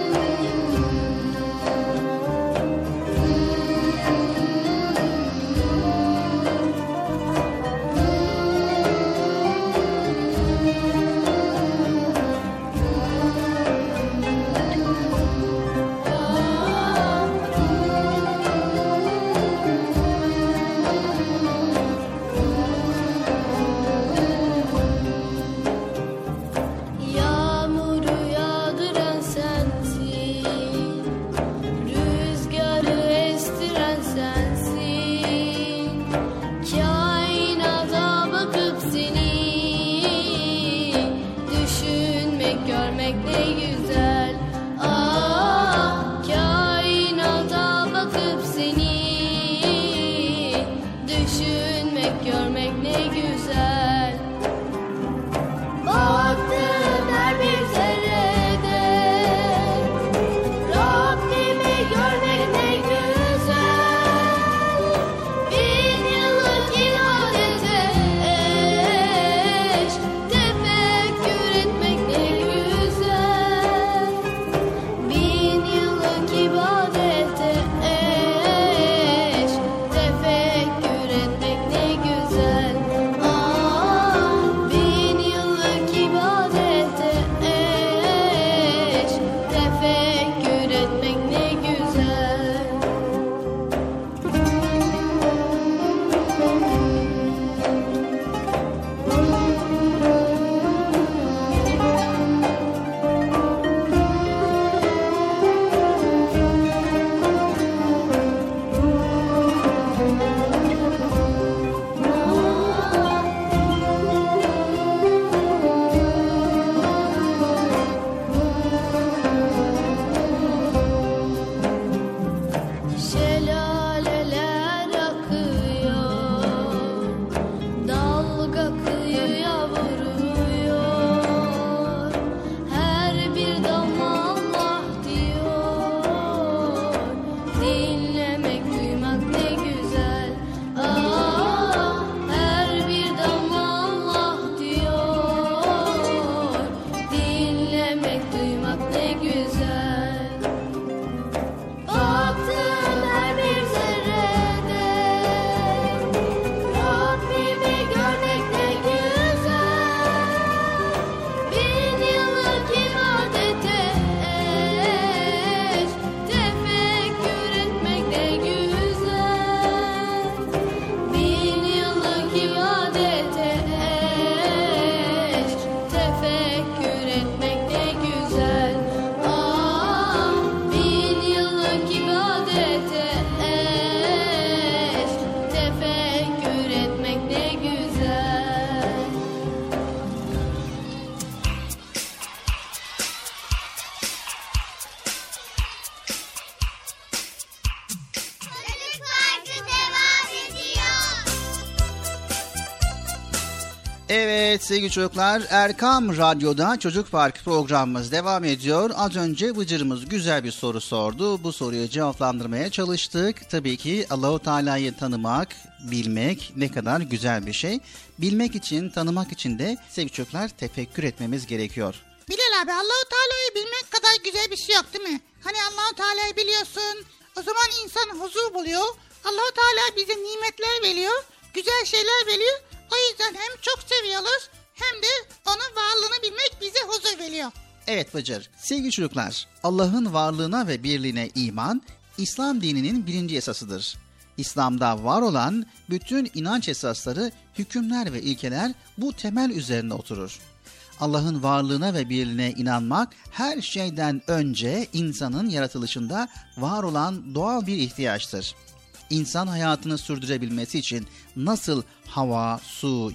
Evet sevgili çocuklar, Erkam Radyo'da Çocuk Park programımız devam ediyor. Az önce Bıcır'ımız güzel bir soru sordu. Bu soruyu cevaplandırmaya çalıştık. Tabii ki Allahu Teala'yı tanımak, bilmek ne kadar güzel bir şey. Bilmek için, tanımak için de sevgili çocuklar tefekkür etmemiz gerekiyor. Bilal abi, Allahu Teala'yı bilmek kadar güzel bir şey yok değil mi? Hani Allahu Teala'yı biliyorsun, o zaman insan huzur buluyor. Allahu Teala bize nimetler veriyor, güzel şeyler veriyor. O yüzden hem çok seviyoruz hem de onun varlığını bilmek bize huzur veriyor. Evet Bıcır, sevgili çocuklar, Allah'ın varlığına ve birliğine iman, İslam dininin birinci esasıdır. İslam'da var olan bütün inanç esasları, hükümler ve ilkeler bu temel üzerine oturur. Allah'ın varlığına ve birliğine inanmak her şeyden önce insanın yaratılışında var olan doğal bir ihtiyaçtır. İnsan hayatını sürdürebilmesi için nasıl hava, su,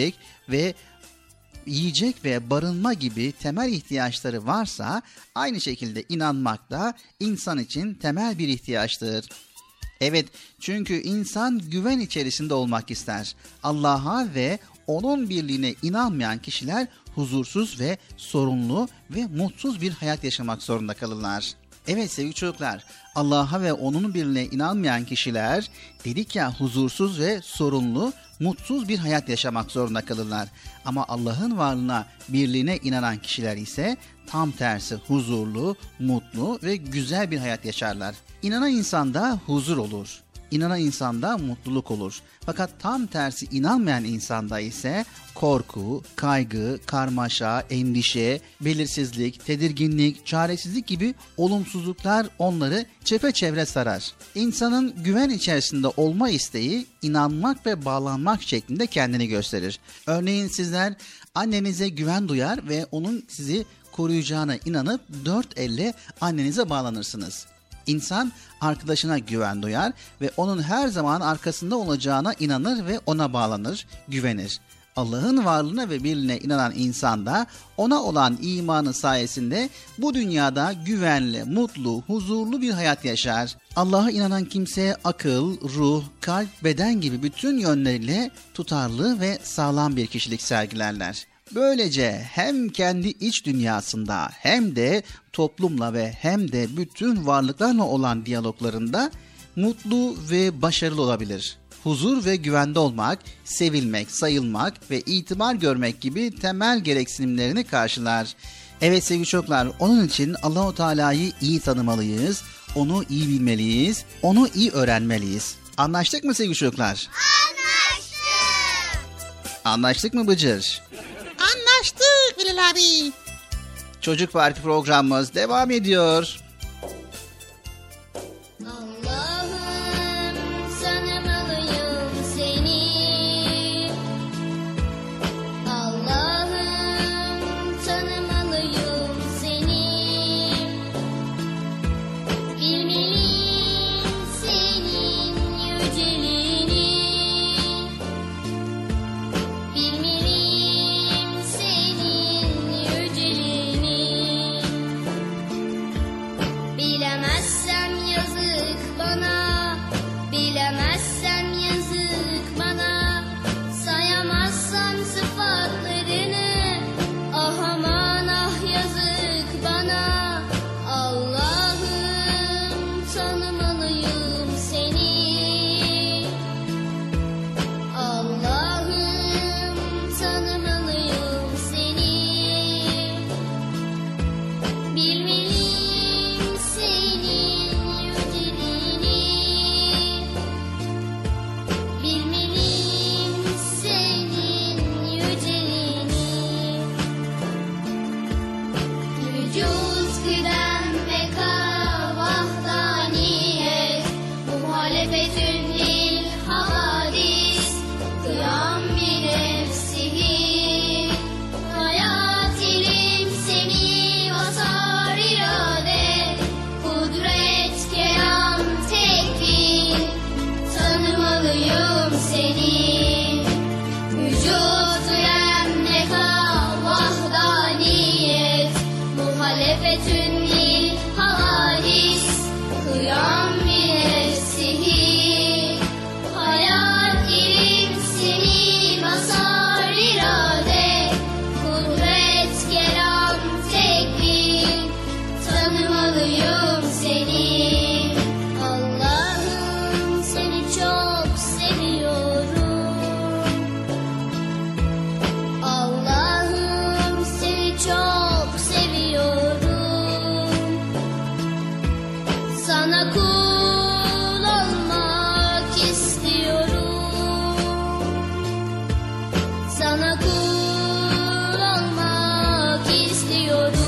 yiyecek ve barınma gibi temel ihtiyaçları varsa aynı şekilde inanmak da insan için temel bir ihtiyaçtır. Evet, çünkü insan güven içerisinde olmak ister. Allah'a ve onun birliğine inanmayan kişiler huzursuz ve sorunlu ve mutsuz bir hayat yaşamak zorunda kalırlar. Evet sevgili çocuklar, Allah'a ve onun birliğine inanmayan kişiler dedik ya huzursuz ve sorunlu, mutsuz bir hayat yaşamak zorunda kalırlar. Ama Allah'ın varlığına, birliğine inanan kişiler ise tam tersi huzurlu, mutlu ve güzel bir hayat yaşarlar. İnanan insanda huzur olur. İnanan insanda mutluluk olur. Fakat tam tersi inanmayan insanda ise korku, kaygı, karmaşa, endişe, belirsizlik, tedirginlik, çaresizlik gibi olumsuzluklar onları çepeçevre sarar. İnsanın güven içerisinde olma isteği inanmak ve bağlanmak şeklinde kendini gösterir. Örneğin sizler annenize güven duyar ve onun sizi koruyacağına inanıp dört elle annenize bağlanırsınız. İnsan arkadaşına güven duyar ve onun her zaman arkasında olacağına inanır ve ona bağlanır, güvenir. Allah'ın varlığına ve birliğine inanan insan da ona olan imanı sayesinde bu dünyada güvenli, mutlu, huzurlu bir hayat yaşar. Allah'a inanan kimse akıl, ruh, kalp, beden gibi bütün yönleriyle tutarlı ve sağlam bir kişilik sergilerler. Böylece hem kendi iç dünyasında hem de toplumla ve hem de bütün varlıklarla olan diyaloglarında mutlu ve başarılı olabilir. Huzur ve güvende olmak, sevilmek, sayılmak ve itibar görmek gibi temel gereksinimlerini karşılar. Evet sevgili çocuklar, onun için Allahu Teala'yı iyi tanımalıyız, onu iyi bilmeliyiz, onu iyi öğrenmeliyiz. Anlaştık mı sevgili çocuklar? Anlaştık. Anlaştık mı Bıcır? Anlaştık Bilal abi. Çocuk Parkı programımız devam ediyor. Allah'ım tanımalıyım seni. Allah'ım tanımalıyım seni. Bilmeliyim senin yüceliğini. Bilmeliyim senin yüceliğini. Sana kul olmak istiyorum.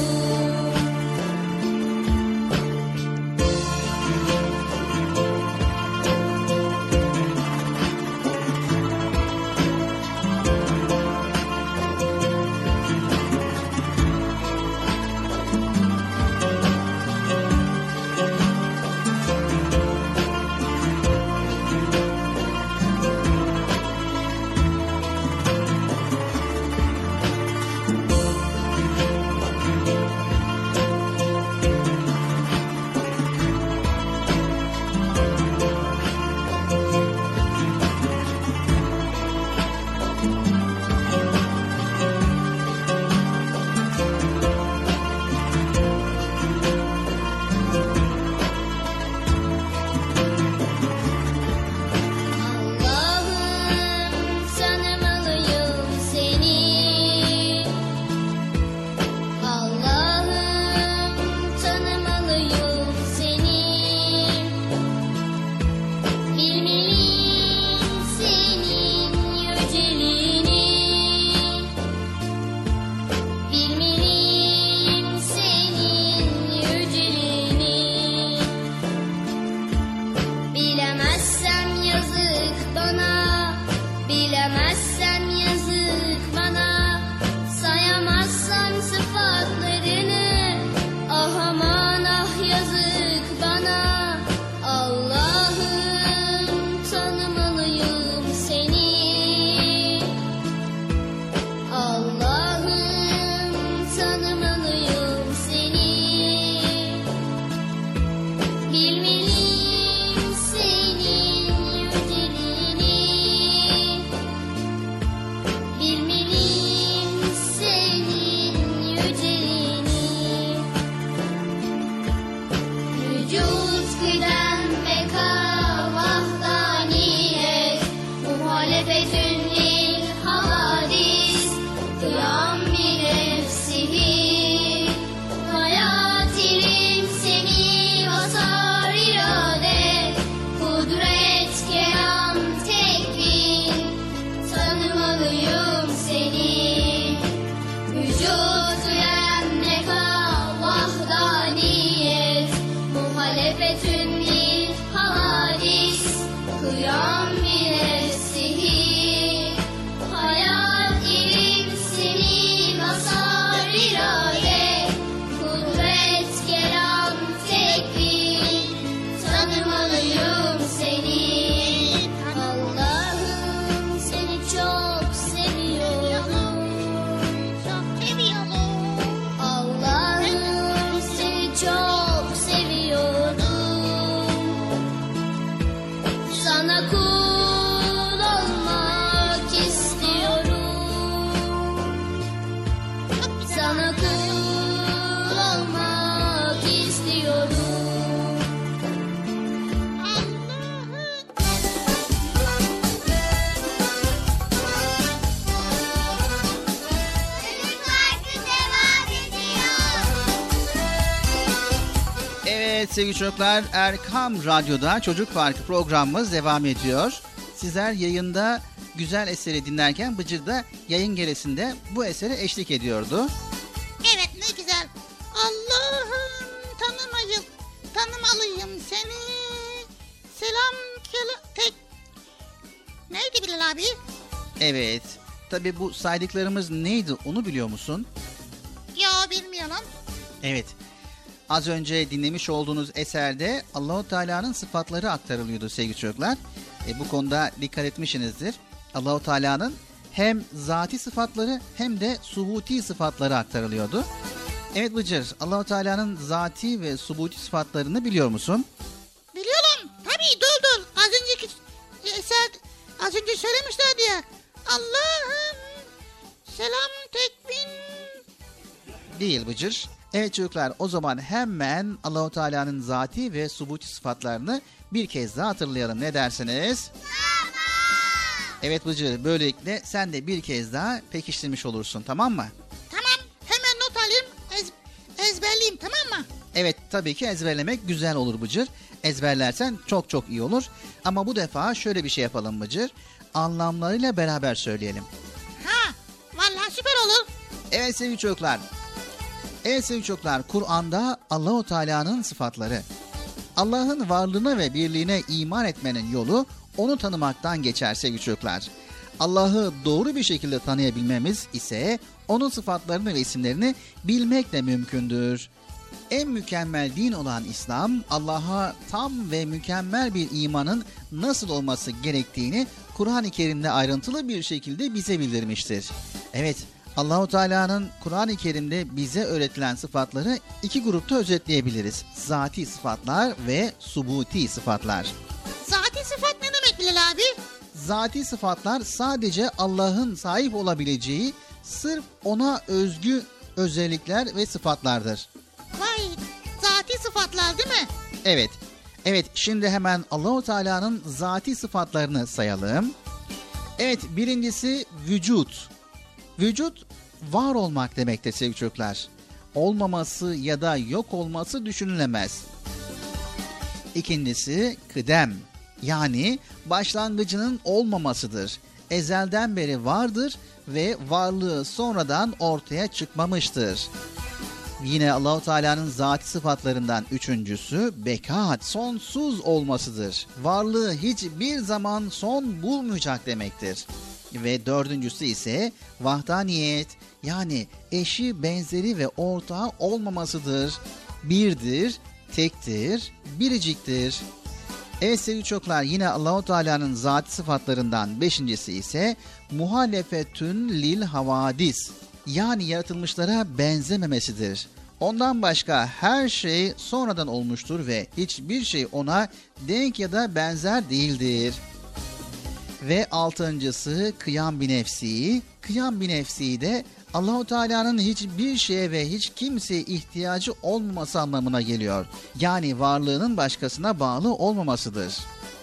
Allah'ım tanımalıyım seni. Allah'ım tanımalıyım seni. Bilmeliyim senin yüceliğini. Bilmeliyim senin yüceliğini. Bilemezsem yazık bana, bilemezsem yazık bana. Sayamazsam sıfatlarını, ah aman ah yazık bana. Allah'ım tanımalıyım seni. Allah'ım tanımalıyım seni. Bilmeliyim senin yüceliğini. Bilmeliyim senin yüceliğini. Vücut kıdem beka vahdaniyet, muhalefetün lil havadis, kıyam bi nefsihi. Hayat ilim seni vasar irade, kudret kelam tekvin. Tanımalıyım seni. Vücut kıdem beka vahdaniyet, muhalefetün lil havadis, kıyam bi nefsihi. Hayat ilim seni vasar irade, kudret kelam tekvin. Tanımalıyım seni. Allah'ım seni çok seviyorum. Çok seviyorum. Allah'ım seni çok seviyorum. Sana kul olmak istiyorum. Sana kul olmak istiyorum. Çocuk Parkı devam ediyor. Evet sevgili çocuklar, Erkam Radyo'da Çocuk Parkı programımız devam ediyor. Sizler yayında güzel eseri dinlerken Bıcır da yayın gerisinde bu esere eşlik ediyordu. Evet ne güzel. Allah'ım tanımalıyım seni. Selam tek. Neydi Bilal abi? Evet, tabi bu saydıklarımız neydi onu biliyor musun? Ya bilmiyorum. Evet, az önce dinlemiş olduğunuz eserde Allahu Teala'nın sıfatları aktarılıyordu sevgili çocuklar. Bu konuda dikkat etmişsinizdir. Allahu Teala'nın hem zati sıfatları hem de subuti sıfatları aktarılıyordu. Evet Bıcır, Allahu Teala'nın zati ve subuti sıfatlarını biliyor musun? Biliyorum. Tabii dur. Az önceki eser az önce söylemişler diye. Allah'ım selam tekvin. Değil Bıcır. Evet çocuklar, o zaman hemen Allahu Teala'nın zati ve subuti sıfatlarını bir kez daha hatırlayalım. Ne dersiniz? Evet Bıcır, böylelikle sen de bir kez daha pekiştirmiş olursun, tamam mı? Tamam, hemen not alayım, ezberleyeyim, tamam mı? Evet, tabii ki ezberlemek güzel olur Bıcır. Ezberlersen çok çok iyi olur. Ama bu defa şöyle bir şey yapalım Bıcır. Anlamlarıyla beraber söyleyelim. Ha, mesela, süper olur. Evet sevgili çocuklar. Evet sevgili çocuklar, Kur'an'da Allahu Teala'nın sıfatları. Allah'ın varlığına ve birliğine iman etmenin yolu onu tanımaktan geçer sevgili çocuklar. Allah'ı doğru bir şekilde tanıyabilmemiz ise onun sıfatlarını ve isimlerini bilmekle mümkündür. En mükemmel din olan İslam, Allah'a tam ve mükemmel bir imanın nasıl olması gerektiğini Kur'an-ı Kerim'de ayrıntılı bir şekilde bize bildirmiştir. Evet, Allahu Teala'nın Kur'an-ı Kerim'de bize öğretilen sıfatları iki grupta özetleyebiliriz. Zati sıfatlar ve subuti sıfatlar. Zati sıfat ne demek Bilal abi? Zati sıfatlar sadece Allah'ın sahip olabileceği sırf ona özgü özellikler ve sıfatlardır. Vay, zati sıfatlar değil mi? Evet. Evet, şimdi hemen Allahu Teala'nın zati sıfatlarını sayalım. Evet, birincisi vücut. Vücut var olmak demektir sevgili çocuklar. Olmaması ya da yok olması düşünülemez. İkincisi kıdem. Yani başlangıcının olmamasıdır. Ezelden beri vardır ve varlığı sonradan ortaya çıkmamıştır. Yine Allahu Teala'nın zati sıfatlarından üçüncüsü bekat, sonsuz olmasıdır. Varlığı hiçbir zaman son bulmayacak demektir. Ve dördüncüsü ise vahdaniyet, yani eşi, benzeri ve ortağı olmamasıdır. Birdir, tektir, biriciktir. Evet sevgili çocuklar, yine Allahu Teala'nın zati sıfatlarından beşincisi ise muhalefetün lil havadis, yani yaratılmışlara benzememesidir. Ondan başka her şey sonradan olmuştur ve hiçbir şey ona denk ya da benzer değildir. Ve altıncısı kıyam bi nefsi. Kıyam bi nefsi de Allahu Teala'nın hiçbir şeye ve hiç kimseye ihtiyacı olmaması anlamına geliyor. Yani varlığının başkasına bağlı olmamasıdır.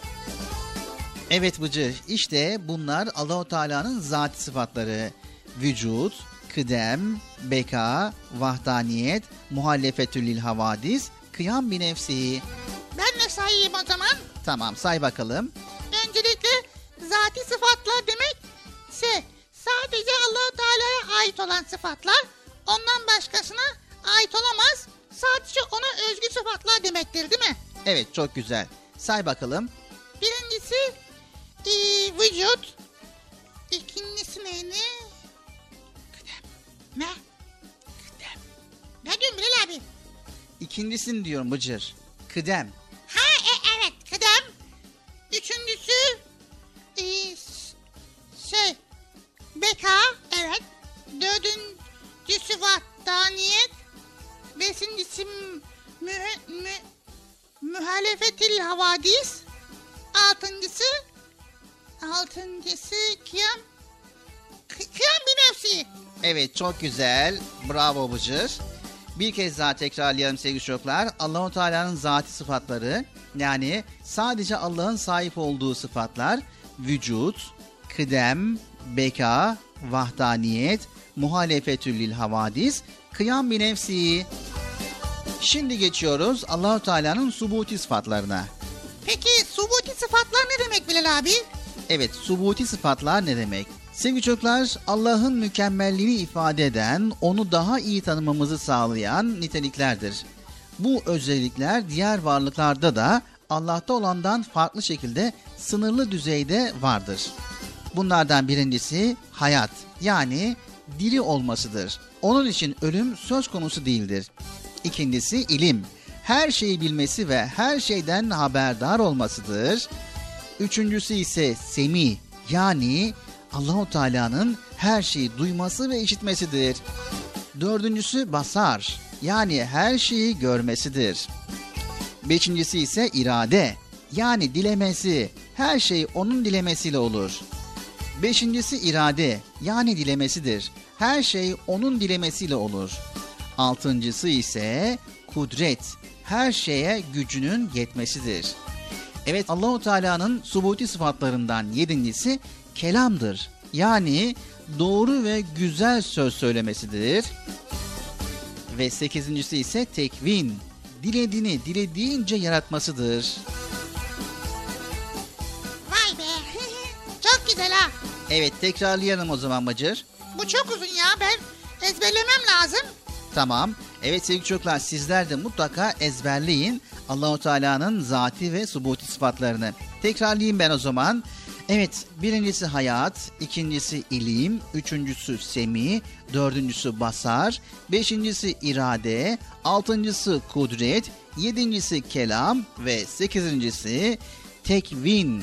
Evet Bıcır, işte bunlar Allahu Teala'nın zati sıfatları. Vücut, kıdem, beka, vahdaniyet, muhalefetül lil havadis, kıyam bi nefsi. Ben de sayayım o zaman. Tamam, say bakalım. Öncelikle zati sıfatlar demek sadece Allah-u Teala'ya ait olan sıfatlar, ondan başkasına ait olamaz. Sadece ona özgü sıfatlar demektir değil mi? Evet, çok güzel. Say bakalım. Birincisi vücut. İkincisi neydi? Kıdem. Ne? Kıdem. Ne diyorsun Bilal abi? İkincisini diyorum Bıcır. Kıdem. Evet kıdem. Üçüncüsü beka. Evet. Dördüncüsü vahdaniyet. Beşincisi muhalefetil havadis. Altıncısı kıyam bir nefsi. Evet, çok güzel. Bravo Bıcır. Bir kez daha tekrarlayalım sevgili çocuklar. Allahu Teala'nın zati sıfatları, yani sadece Allah'ın sahip olduğu sıfatlar: vücut, kıdem, beka, vahdaniyet, muhalefetül lil havadis, kıyam bi nefsi. Şimdi geçiyoruz Allahu Teala'nın subuti sıfatlarına. Peki subuti sıfatlar ne demek Bilal abi? Evet, subuti sıfatlar ne demek? Sevgili çocuklar, Allah'ın mükemmelliğini ifade eden, onu daha iyi tanımamızı sağlayan niteliklerdir. Bu özellikler diğer varlıklarda da Allah'ta olandan farklı şekilde sınırlı düzeyde vardır. Bunlardan birincisi hayat, yani diri olmasıdır. Onun için ölüm söz konusu değildir. İkincisi ilim, her şeyi bilmesi ve her şeyden haberdar olmasıdır. Üçüncüsü ise semi, yani Allahu Teala'nın her şeyi duyması ve işitmesidir. Dördüncüsü basar, yani her şeyi görmesidir. Beşincisi ise irade, yani dilemesi, her şey onun dilemesiyle olur. Beşincisi irade, yani dilemesidir. Her şey onun dilemesiyle olur. Altıncısı ise kudret, her şeye gücünün yetmesidir. Evet, Allahu Teala'nın subuti sıfatlarından yedincisi kelamdır. Yani doğru ve güzel söz söylemesidir. Ve sekizincisi ise tekvin, dilediğini dilediğince yaratmasıdır. Vay be. Çok güzel ha. Evet, tekrarlayalım o zaman Bıcır. bu çok uzun ya. Ben ezberlemem lazım. Tamam. Evet sevgili çocuklar, sizler de mutlaka ezberleyin Allahu Teala'nın zati ve subuti sıfatlarını. Tekrarlayayım ben o zaman. Evet, birincisi hayat, ikincisi ilim, üçüncüsü semi, dördüncüsü basar, beşincisi irade, altıncısı kudret, yedincisi kelam ve sekizincisi tekvin.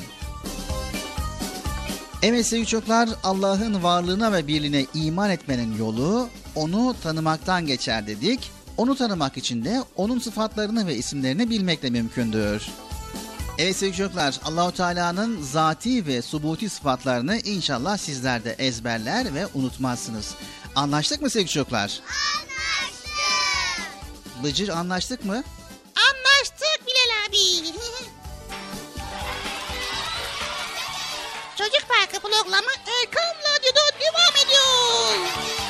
Evet sevgili çocuklar, Allah'ın varlığına ve birliğine iman etmenin yolu onu tanımaktan geçer dedik. Onu tanımak için de onun sıfatlarını ve isimlerini bilmekle mümkündür. Evet sevgili çocuklar, Allahu Teala'nın zati ve subuti sıfatlarını inşallah sizler de ezberler ve unutmazsınız. Anlaştık mı sevgili çocuklar? Anlaştık. Bıcır, anlaştık mı? Anlaştık Bilal abi. Çocuk Parkı programı Erkam Radyo'da devam ediyor.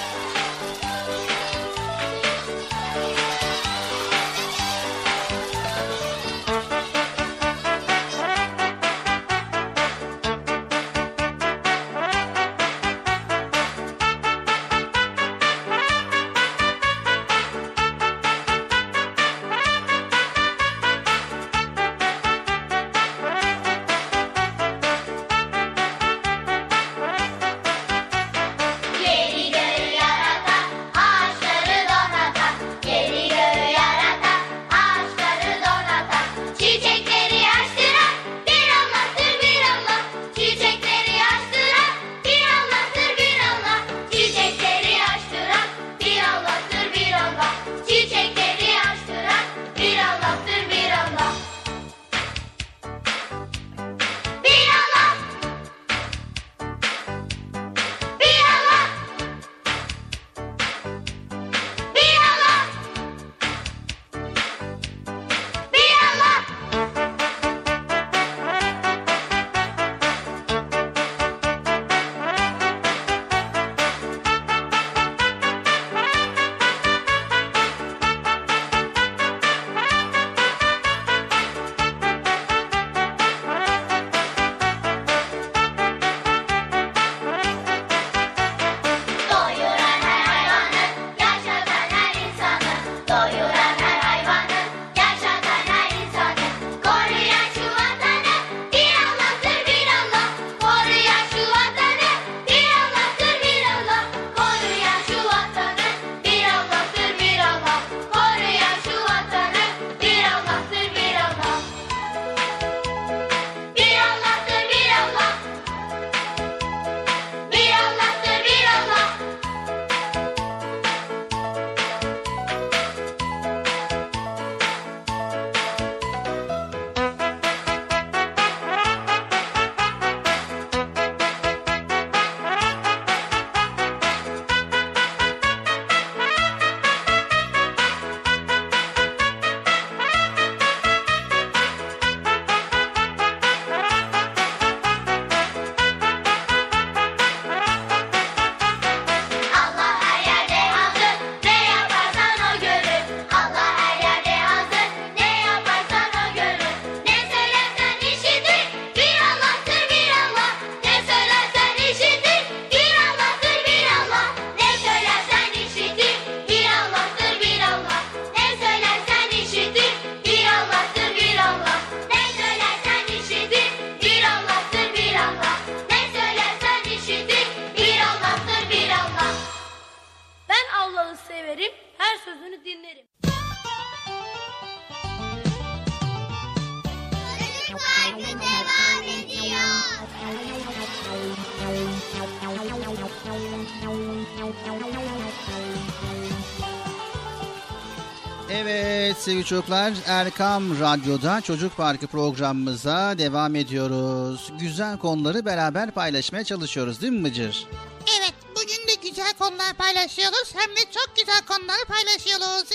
Evet sevgili çocuklar, Erkam Radyo'da Çocuk Parkı programımıza devam ediyoruz. Güzel konuları beraber paylaşmaya çalışıyoruz değil mi Bıcır? Evet, bugün de güzel konular paylaşıyoruz. Hem de çok güzel konuları paylaşıyoruz.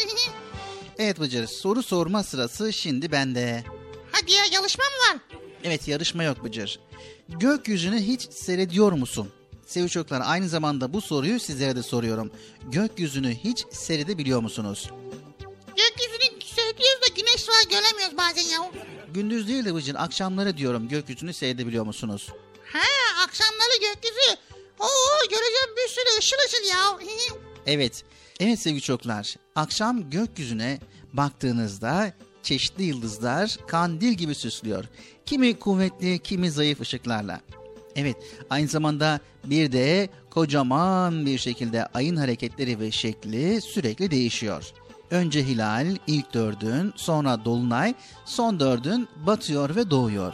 Evet Bıcır, soru sorma sırası şimdi bende. Hadi ya, yarışma mı var? Evet, yarışma yok Bıcır. Gökyüzünü hiç seyrediyor musun? Sevgili çocuklar, aynı zamanda bu soruyu sizlere de soruyorum. Gökyüzünü hiç seyredebiliyor musunuz? Gökyüzünü seyrediyoruz da güneş var, göremiyoruz bazen ya. Gündüz değil de Bıcır, akşamları diyorum, gökyüzünü seyredebiliyor musunuz? Ha, akşamları gökyüzü. Oo, göreceğim bir sürü ışıl ışıl ya. Evet, evet sevgili çocuklar. Akşam gökyüzüne baktığınızda çeşitli yıldızlar kandil gibi süslüyor. Kimi kuvvetli, kimi zayıf ışıklarla. Evet, aynı zamanda bir de kocaman bir şekilde ayın hareketleri ve şekli sürekli değişiyor. Önce hilal, ilk dördün, sonra dolunay, son dördün batıyor ve doğuyor.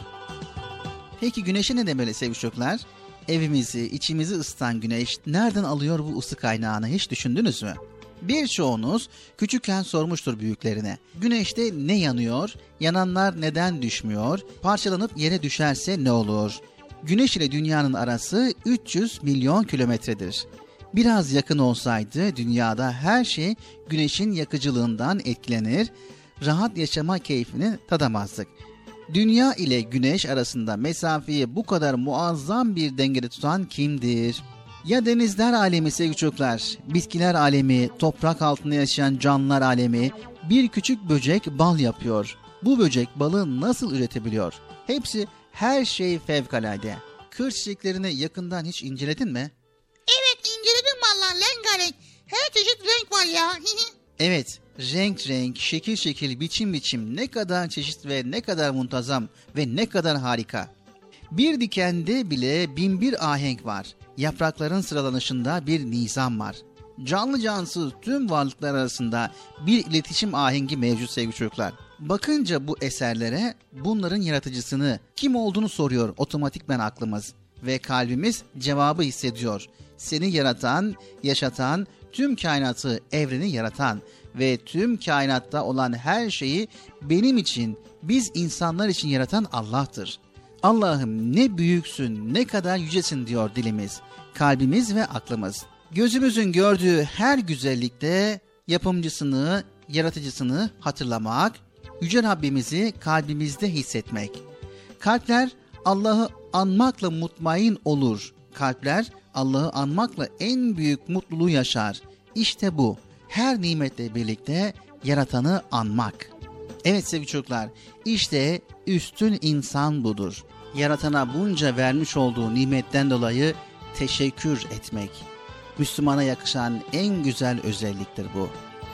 Peki güneşe ne demeli sevgili çocuklar? Evimizi, içimizi ısıtan güneş nereden alıyor bu ısı kaynağını hiç düşündünüz mü? Birçoğunuz küçükken sormuştur büyüklerine. Güneşte ne yanıyor? Yananlar neden düşmüyor? Parçalanıp yere düşerse ne olur? Güneş ile dünyanın arası 300 milyon kilometredir. Biraz yakın olsaydı dünyada her şey güneşin yakıcılığından etkilenir, rahat yaşama keyfini tadamazdık. Dünya ile güneş arasında mesafeyi bu kadar muazzam bir dengede tutan kimdir? Ya denizler alemi sevgili çocuklar, bitkiler alemi, toprak altında yaşayan canlılar alemi, bir küçük böcek bal yapıyor. Bu böcek balı nasıl üretebiliyor? Hepsi her şey fevkalade. Kır çiçeklerini yakından hiç inceledin mi? Evet, inceledim vallahi, rengarenk. Her çeşit renk var ya. Evet, renk renk, şekil şekil, biçim biçim, ne kadar çeşit ve ne kadar muntazam ve ne kadar harika. Bir dikende bile binbir ahenk var. Yaprakların sıralanışında bir nizam var. Canlı cansız tüm varlıklar arasında bir iletişim ahengi mevcut sevgili çocuklar. Bakınca bu eserlere bunların yaratıcısını, kim olduğunu soruyor otomatikmen aklımız. Ve kalbimiz cevabı hissediyor. Seni yaratan, yaşatan, tüm kainatı, evreni yaratan ve tüm kainatta olan her şeyi benim için, biz insanlar için yaratan Allah'tır. Allah'ım ne büyüksün, ne kadar yücesin diyor dilimiz, kalbimiz ve aklımız. Gözümüzün gördüğü her güzellikte yapımcısını, yaratıcısını hatırlamak, Yüce Rabbimizi kalbimizde hissetmek. Kalpler Allah'ı anmakla mutmain olur. Kalpler Allah'ı anmakla en büyük mutluluğu yaşar. İşte bu. Her nimetle birlikte yaratanı anmak. Evet sevgili çocuklar, işte üstün insan budur. Yaratana bunca vermiş olduğu nimetten dolayı teşekkür etmek. Müslümana yakışan en güzel özelliktir bu.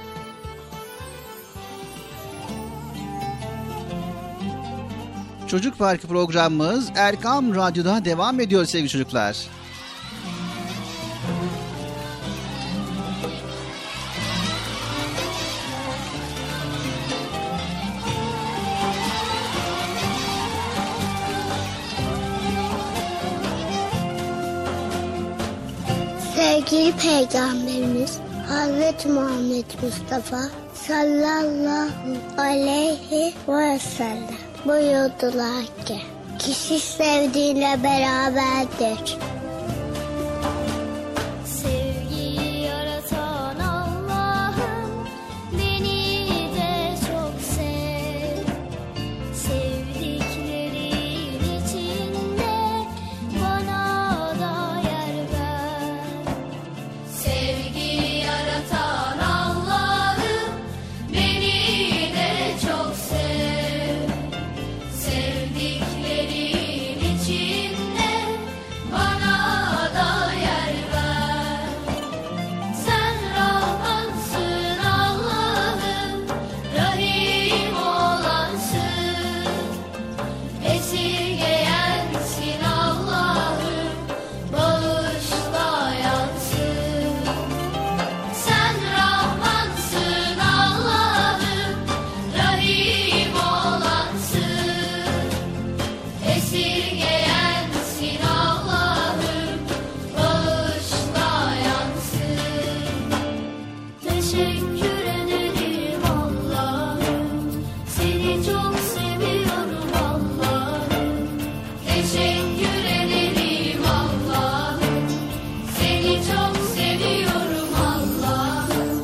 Çocuk Parkı programımız Erkam Radyo'da devam ediyor sevgili çocuklar. Sevgili Peygamberimiz Hazreti Muhammed Mustafa sallallahu aleyhi ve sellem buyurdular ki, kişi sevdiğiyle beraberdir. Sevgiyi yaratan Allah'ım beni de çok sev. Sevdiklerin içinde bana da yer ver. Sevgiyi yaratan Allah'ım beni de çok sev. Sevdiklerin içinde bana da yer ver. Sen Rahmansın Allah'ım, Rahim olansın. Esirgeyensin Allah'ım, bağışlayansın. Sen Rahmansın Allah'ım, Rahim olansın. Esirgeyensin Allah'ım, bağışlayansın. Teşekkür ederim Allah'ım, seni çok seviyorum Allah'ım. Teşekkür ederim Allah'ım, seni çok seviyorum Allah'ım.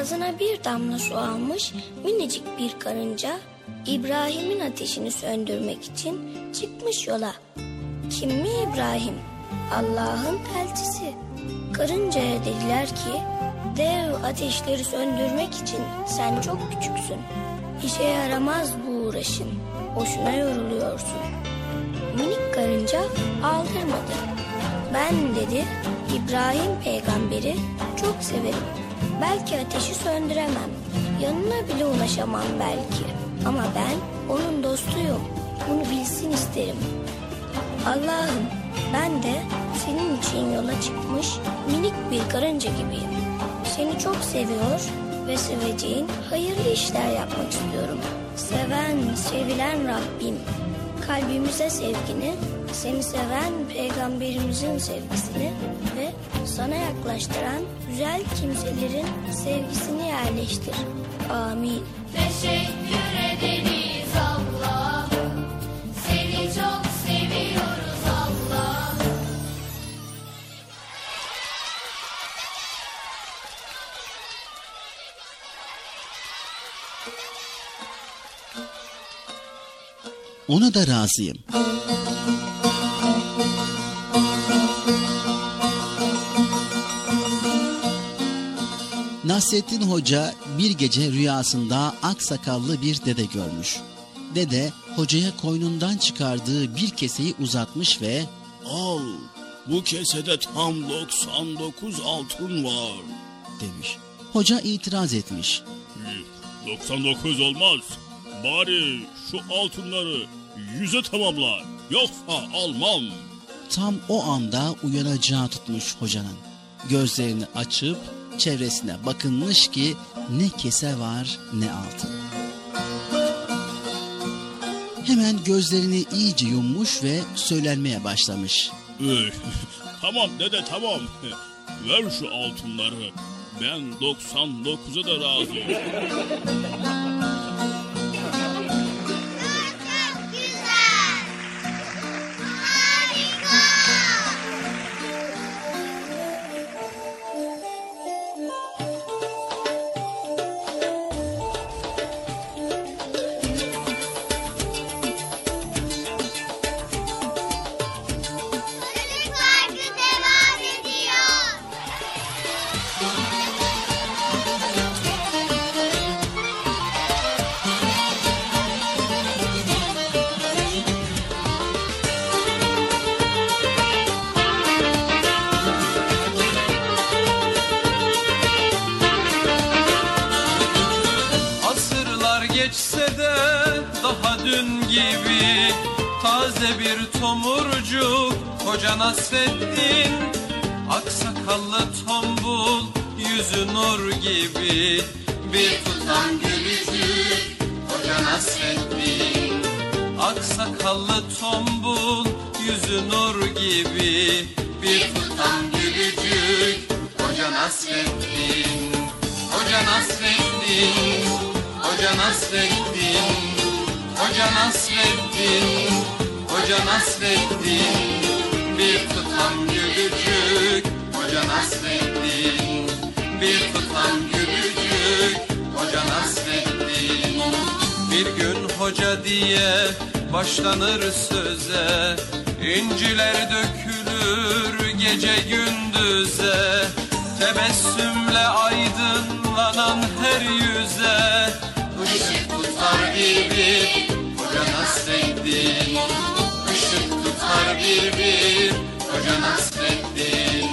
Ağzına bir damla su almış minicik bir karınca İbrahim'in ateşini söndürmek için çıkmış yola. Kim mi İbrahim? Allah'ın elçisi. Karıncaya dediler ki, dev ateşleri söndürmek için sen çok küçüksün. İşe yaramaz bu uğraşın. Boşuna yoruluyorsun. Minik karınca aldırmadı. Ben dedi, İbrahim peygamberi çok severim. Belki ateşi söndüremem. Yanına bile ulaşamam belki. Ama ben onun dostuyum. Bunu bilsin isterim. Allah'ım, ben de senin için yola çıkmış minik bir karınca gibiyim. Seni çok seviyor ve seveceğin hayırlı işler yapmak istiyorum. Seven, sevilen Rabbim, kalbimize sevgini, seni seven peygamberimizin sevgisini ve sana yaklaştıran güzel kimselerin sevgisini yerleştir. Amin. Teşekkür ederiz Allah'ım. Seni çok seviyoruz Allah'ım. Ona da razıyım. Nasrettin Hoca bir gece rüyasında aksakallı bir dede görmüş. Dede hocaya koynundan çıkardığı bir keseyi uzatmış ve Al, bu kesede tam 99 altın var demiş. Hoca itiraz etmiş. 99 olmaz. Bari şu altınları 100'e tamamla. Yoksa almam. Tam o anda uyanacağı tutmuş hocanın. Gözlerini açıp çevresine bakınmış ki ne kese var ne altın. Hemen gözlerini iyice yummuş ve söylenmeye başlamış. Tamam dede tamam. Ver şu altınları. Ben 99'a da razıyım. Çok güzel. Harika. Çocuk Parkı devam ediyor. Asırlar geçse de daha dün gibi taze bir tomurcuk Hoca Nasreddin. Aksakallı tombul yüzü nur gibi bir tutam gülücük Hoca Nasreddin. Aksakallı tombul yüzü nur gibi bir tutam gülücük Hoca Nasreddin. Hoca Nasreddin, Hoca Nasreddin, Hoca Nasreddin, Hoca Nasreddin, bir tutam gülücük Hoca Nasreddin, bir tutam gülücük Hoca Nasreddin. Bir gün hoca diye başlanır söze, inciler dökülür gece gündüze. Tebessümle aydınlanan her yüze ışık tutar bir Hoca Nasreddin. Işık tutar bir Hoca Nasreddin.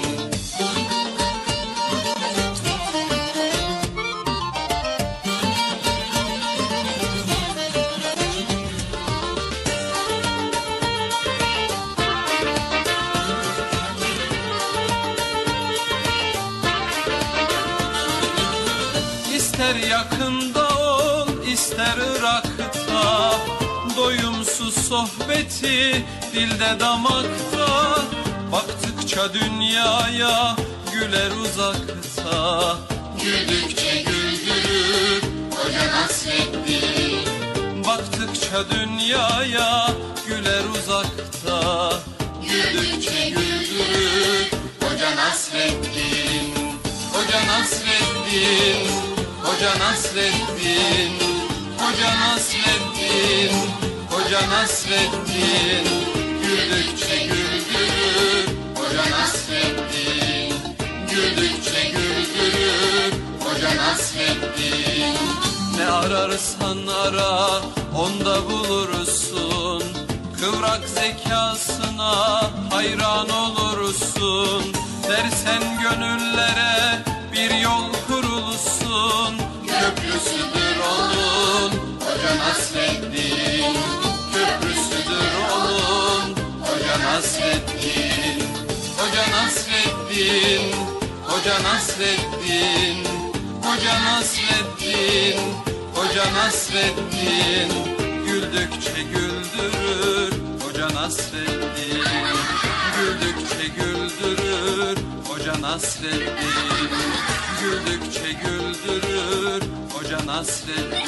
İster yakında ol, ister Irak'ta, doyumsuz sohbeti dilde damakta. Baktıkça dünyaya güler uzakta, güldükçe güldürür Hoca Nasreddin. Baktıkça dünyaya güler uzakta, güldükçe güldürür Hoca Nasreddin. Hoca Nasreddin, Hoca Nasreddin, Hoca Nasreddin, Hoca Nasreddin, güldükçe güldürür. Hoca Nasreddin, güldükçe güldürür. Hoca Nasreddin. Ne ararsan ara onda bulursun. Kıvrak zekasına hayran olursun. Dersen gönüllere bir yol kurulsun. Köprüsüdür onun Hoca Nasreddin. Köprüsüdür onun Hoca Nasreddin. Hoca Nasreddin, Hoca Nasreddin, Hoca Nasreddin, Hoca Nasreddin, güldükçe güldürür. Hoca Nasreddin, güldükçe güldürür. Hoca Nasreddin, güldükçe güldürür. Hoca Nasreddin.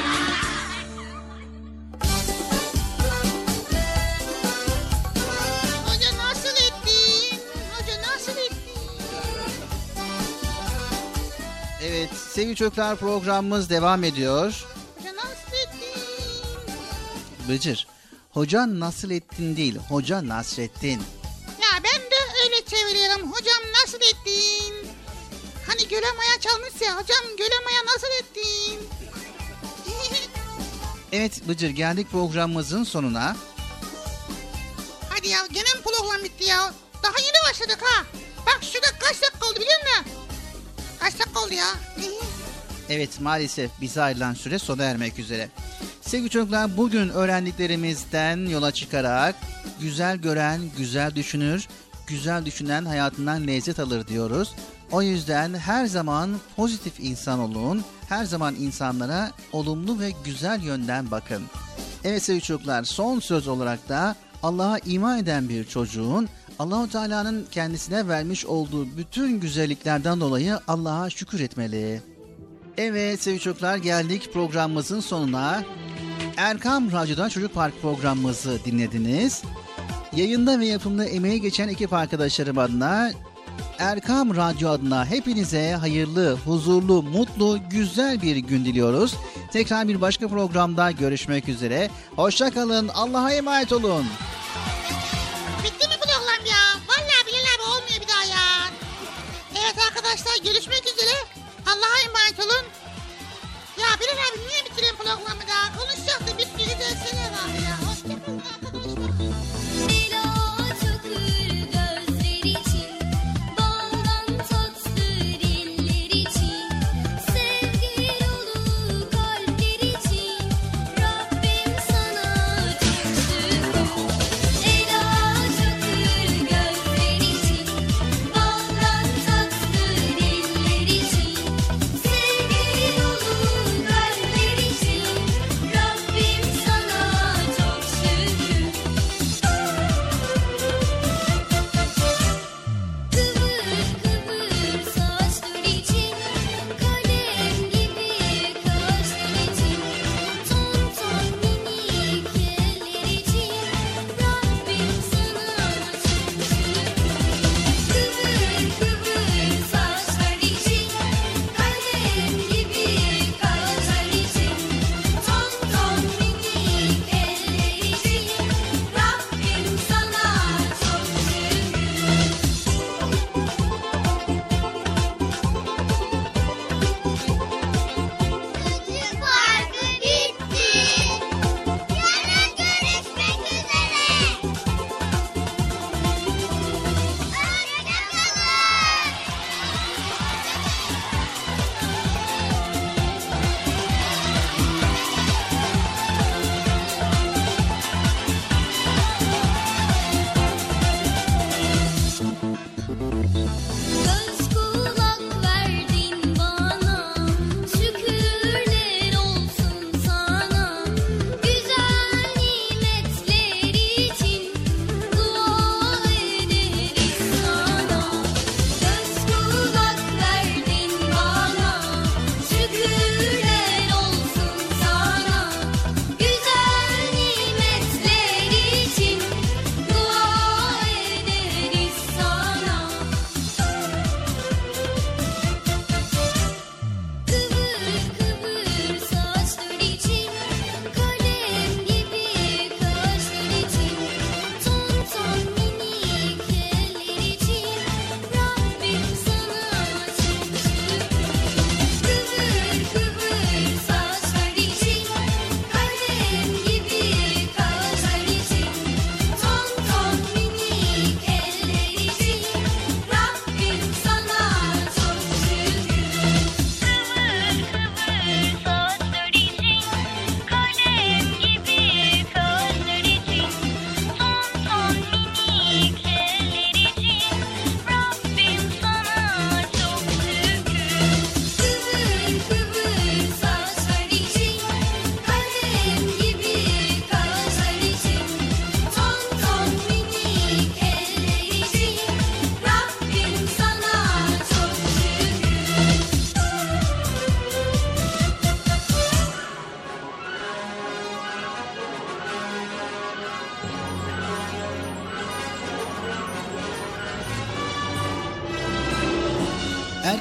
Hoca Nasreddin, Hoca Nasreddin. Evet sevgili çocuklar, programımız devam ediyor. Hoca Nasreddin. Bıcır, Hoca Nasreddin değil, Hoca Nasreddin. Ya ben de öyle çeviriyorum. Hocam Nasreddin. Hani Gölemaya çalmış ya. Hocam Gölemaya Nasreddin. Evet Bıcır, geldik programımızın sonuna. Hadi ya gene mi program bitti ya? Daha yeni başladık ha. Bak şurada kaç dakika oldu biliyor musun? Kaç dakika oldu ya? Evet maalesef bize ayrılan süre sona ermek üzere. Sevgili çocuklar, bugün öğrendiklerimizden yola çıkarak güzel gören güzel düşünür, güzel düşünen hayatından lezzet alır diyoruz. O yüzden her zaman pozitif insan olun, her zaman insanlara olumlu ve güzel yönden bakın. Evet sevgili çocuklar, son söz olarak da Allah'a iman eden bir çocuğun Allah-u Teala'nın kendisine vermiş olduğu bütün güzelliklerden dolayı Allah'a şükür etmeli. Evet sevgili çocuklar, geldik programımızın sonuna. Erkam Radyo'da Çocuk Park programımızı dinlediniz. Yayında ve yapımda emeği geçen ekip arkadaşlarım adına, Erkam Radyo adına hepinize hayırlı, huzurlu, mutlu, güzel bir gün diliyoruz. Tekrar bir başka programda görüşmek üzere. Hoşça kalın, Allah'a emanet olun. Bitti mi program ya? Vallahi Bilal abi olmuyor bir daha ya. Evet arkadaşlar, görüşmek üzere. Allah'a emanet olun. Ya Bilal abi niye bitireyim programı da? Konuşacaktık, bir sürü dersler vardı ya. Hoşçakalın arkadaşlar. Gözler için, baldan tatlı diller için, sevgi dolu kalpler için, Rabbim sana çok şükür. Ela çakır gözler için, baldan tatlı diller için, sevgi dolu kalpler için, Rabbim sana çok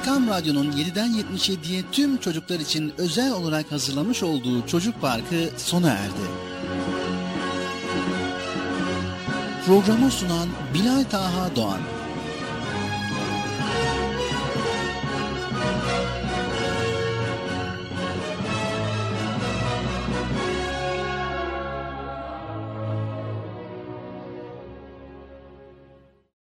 Erkam Radyo'nun 7'den 77'ye tüm çocuklar için özel olarak hazırlamış olduğu Çocuk Parkı sona erdi. Programı sunan Bilal Taha Doğan.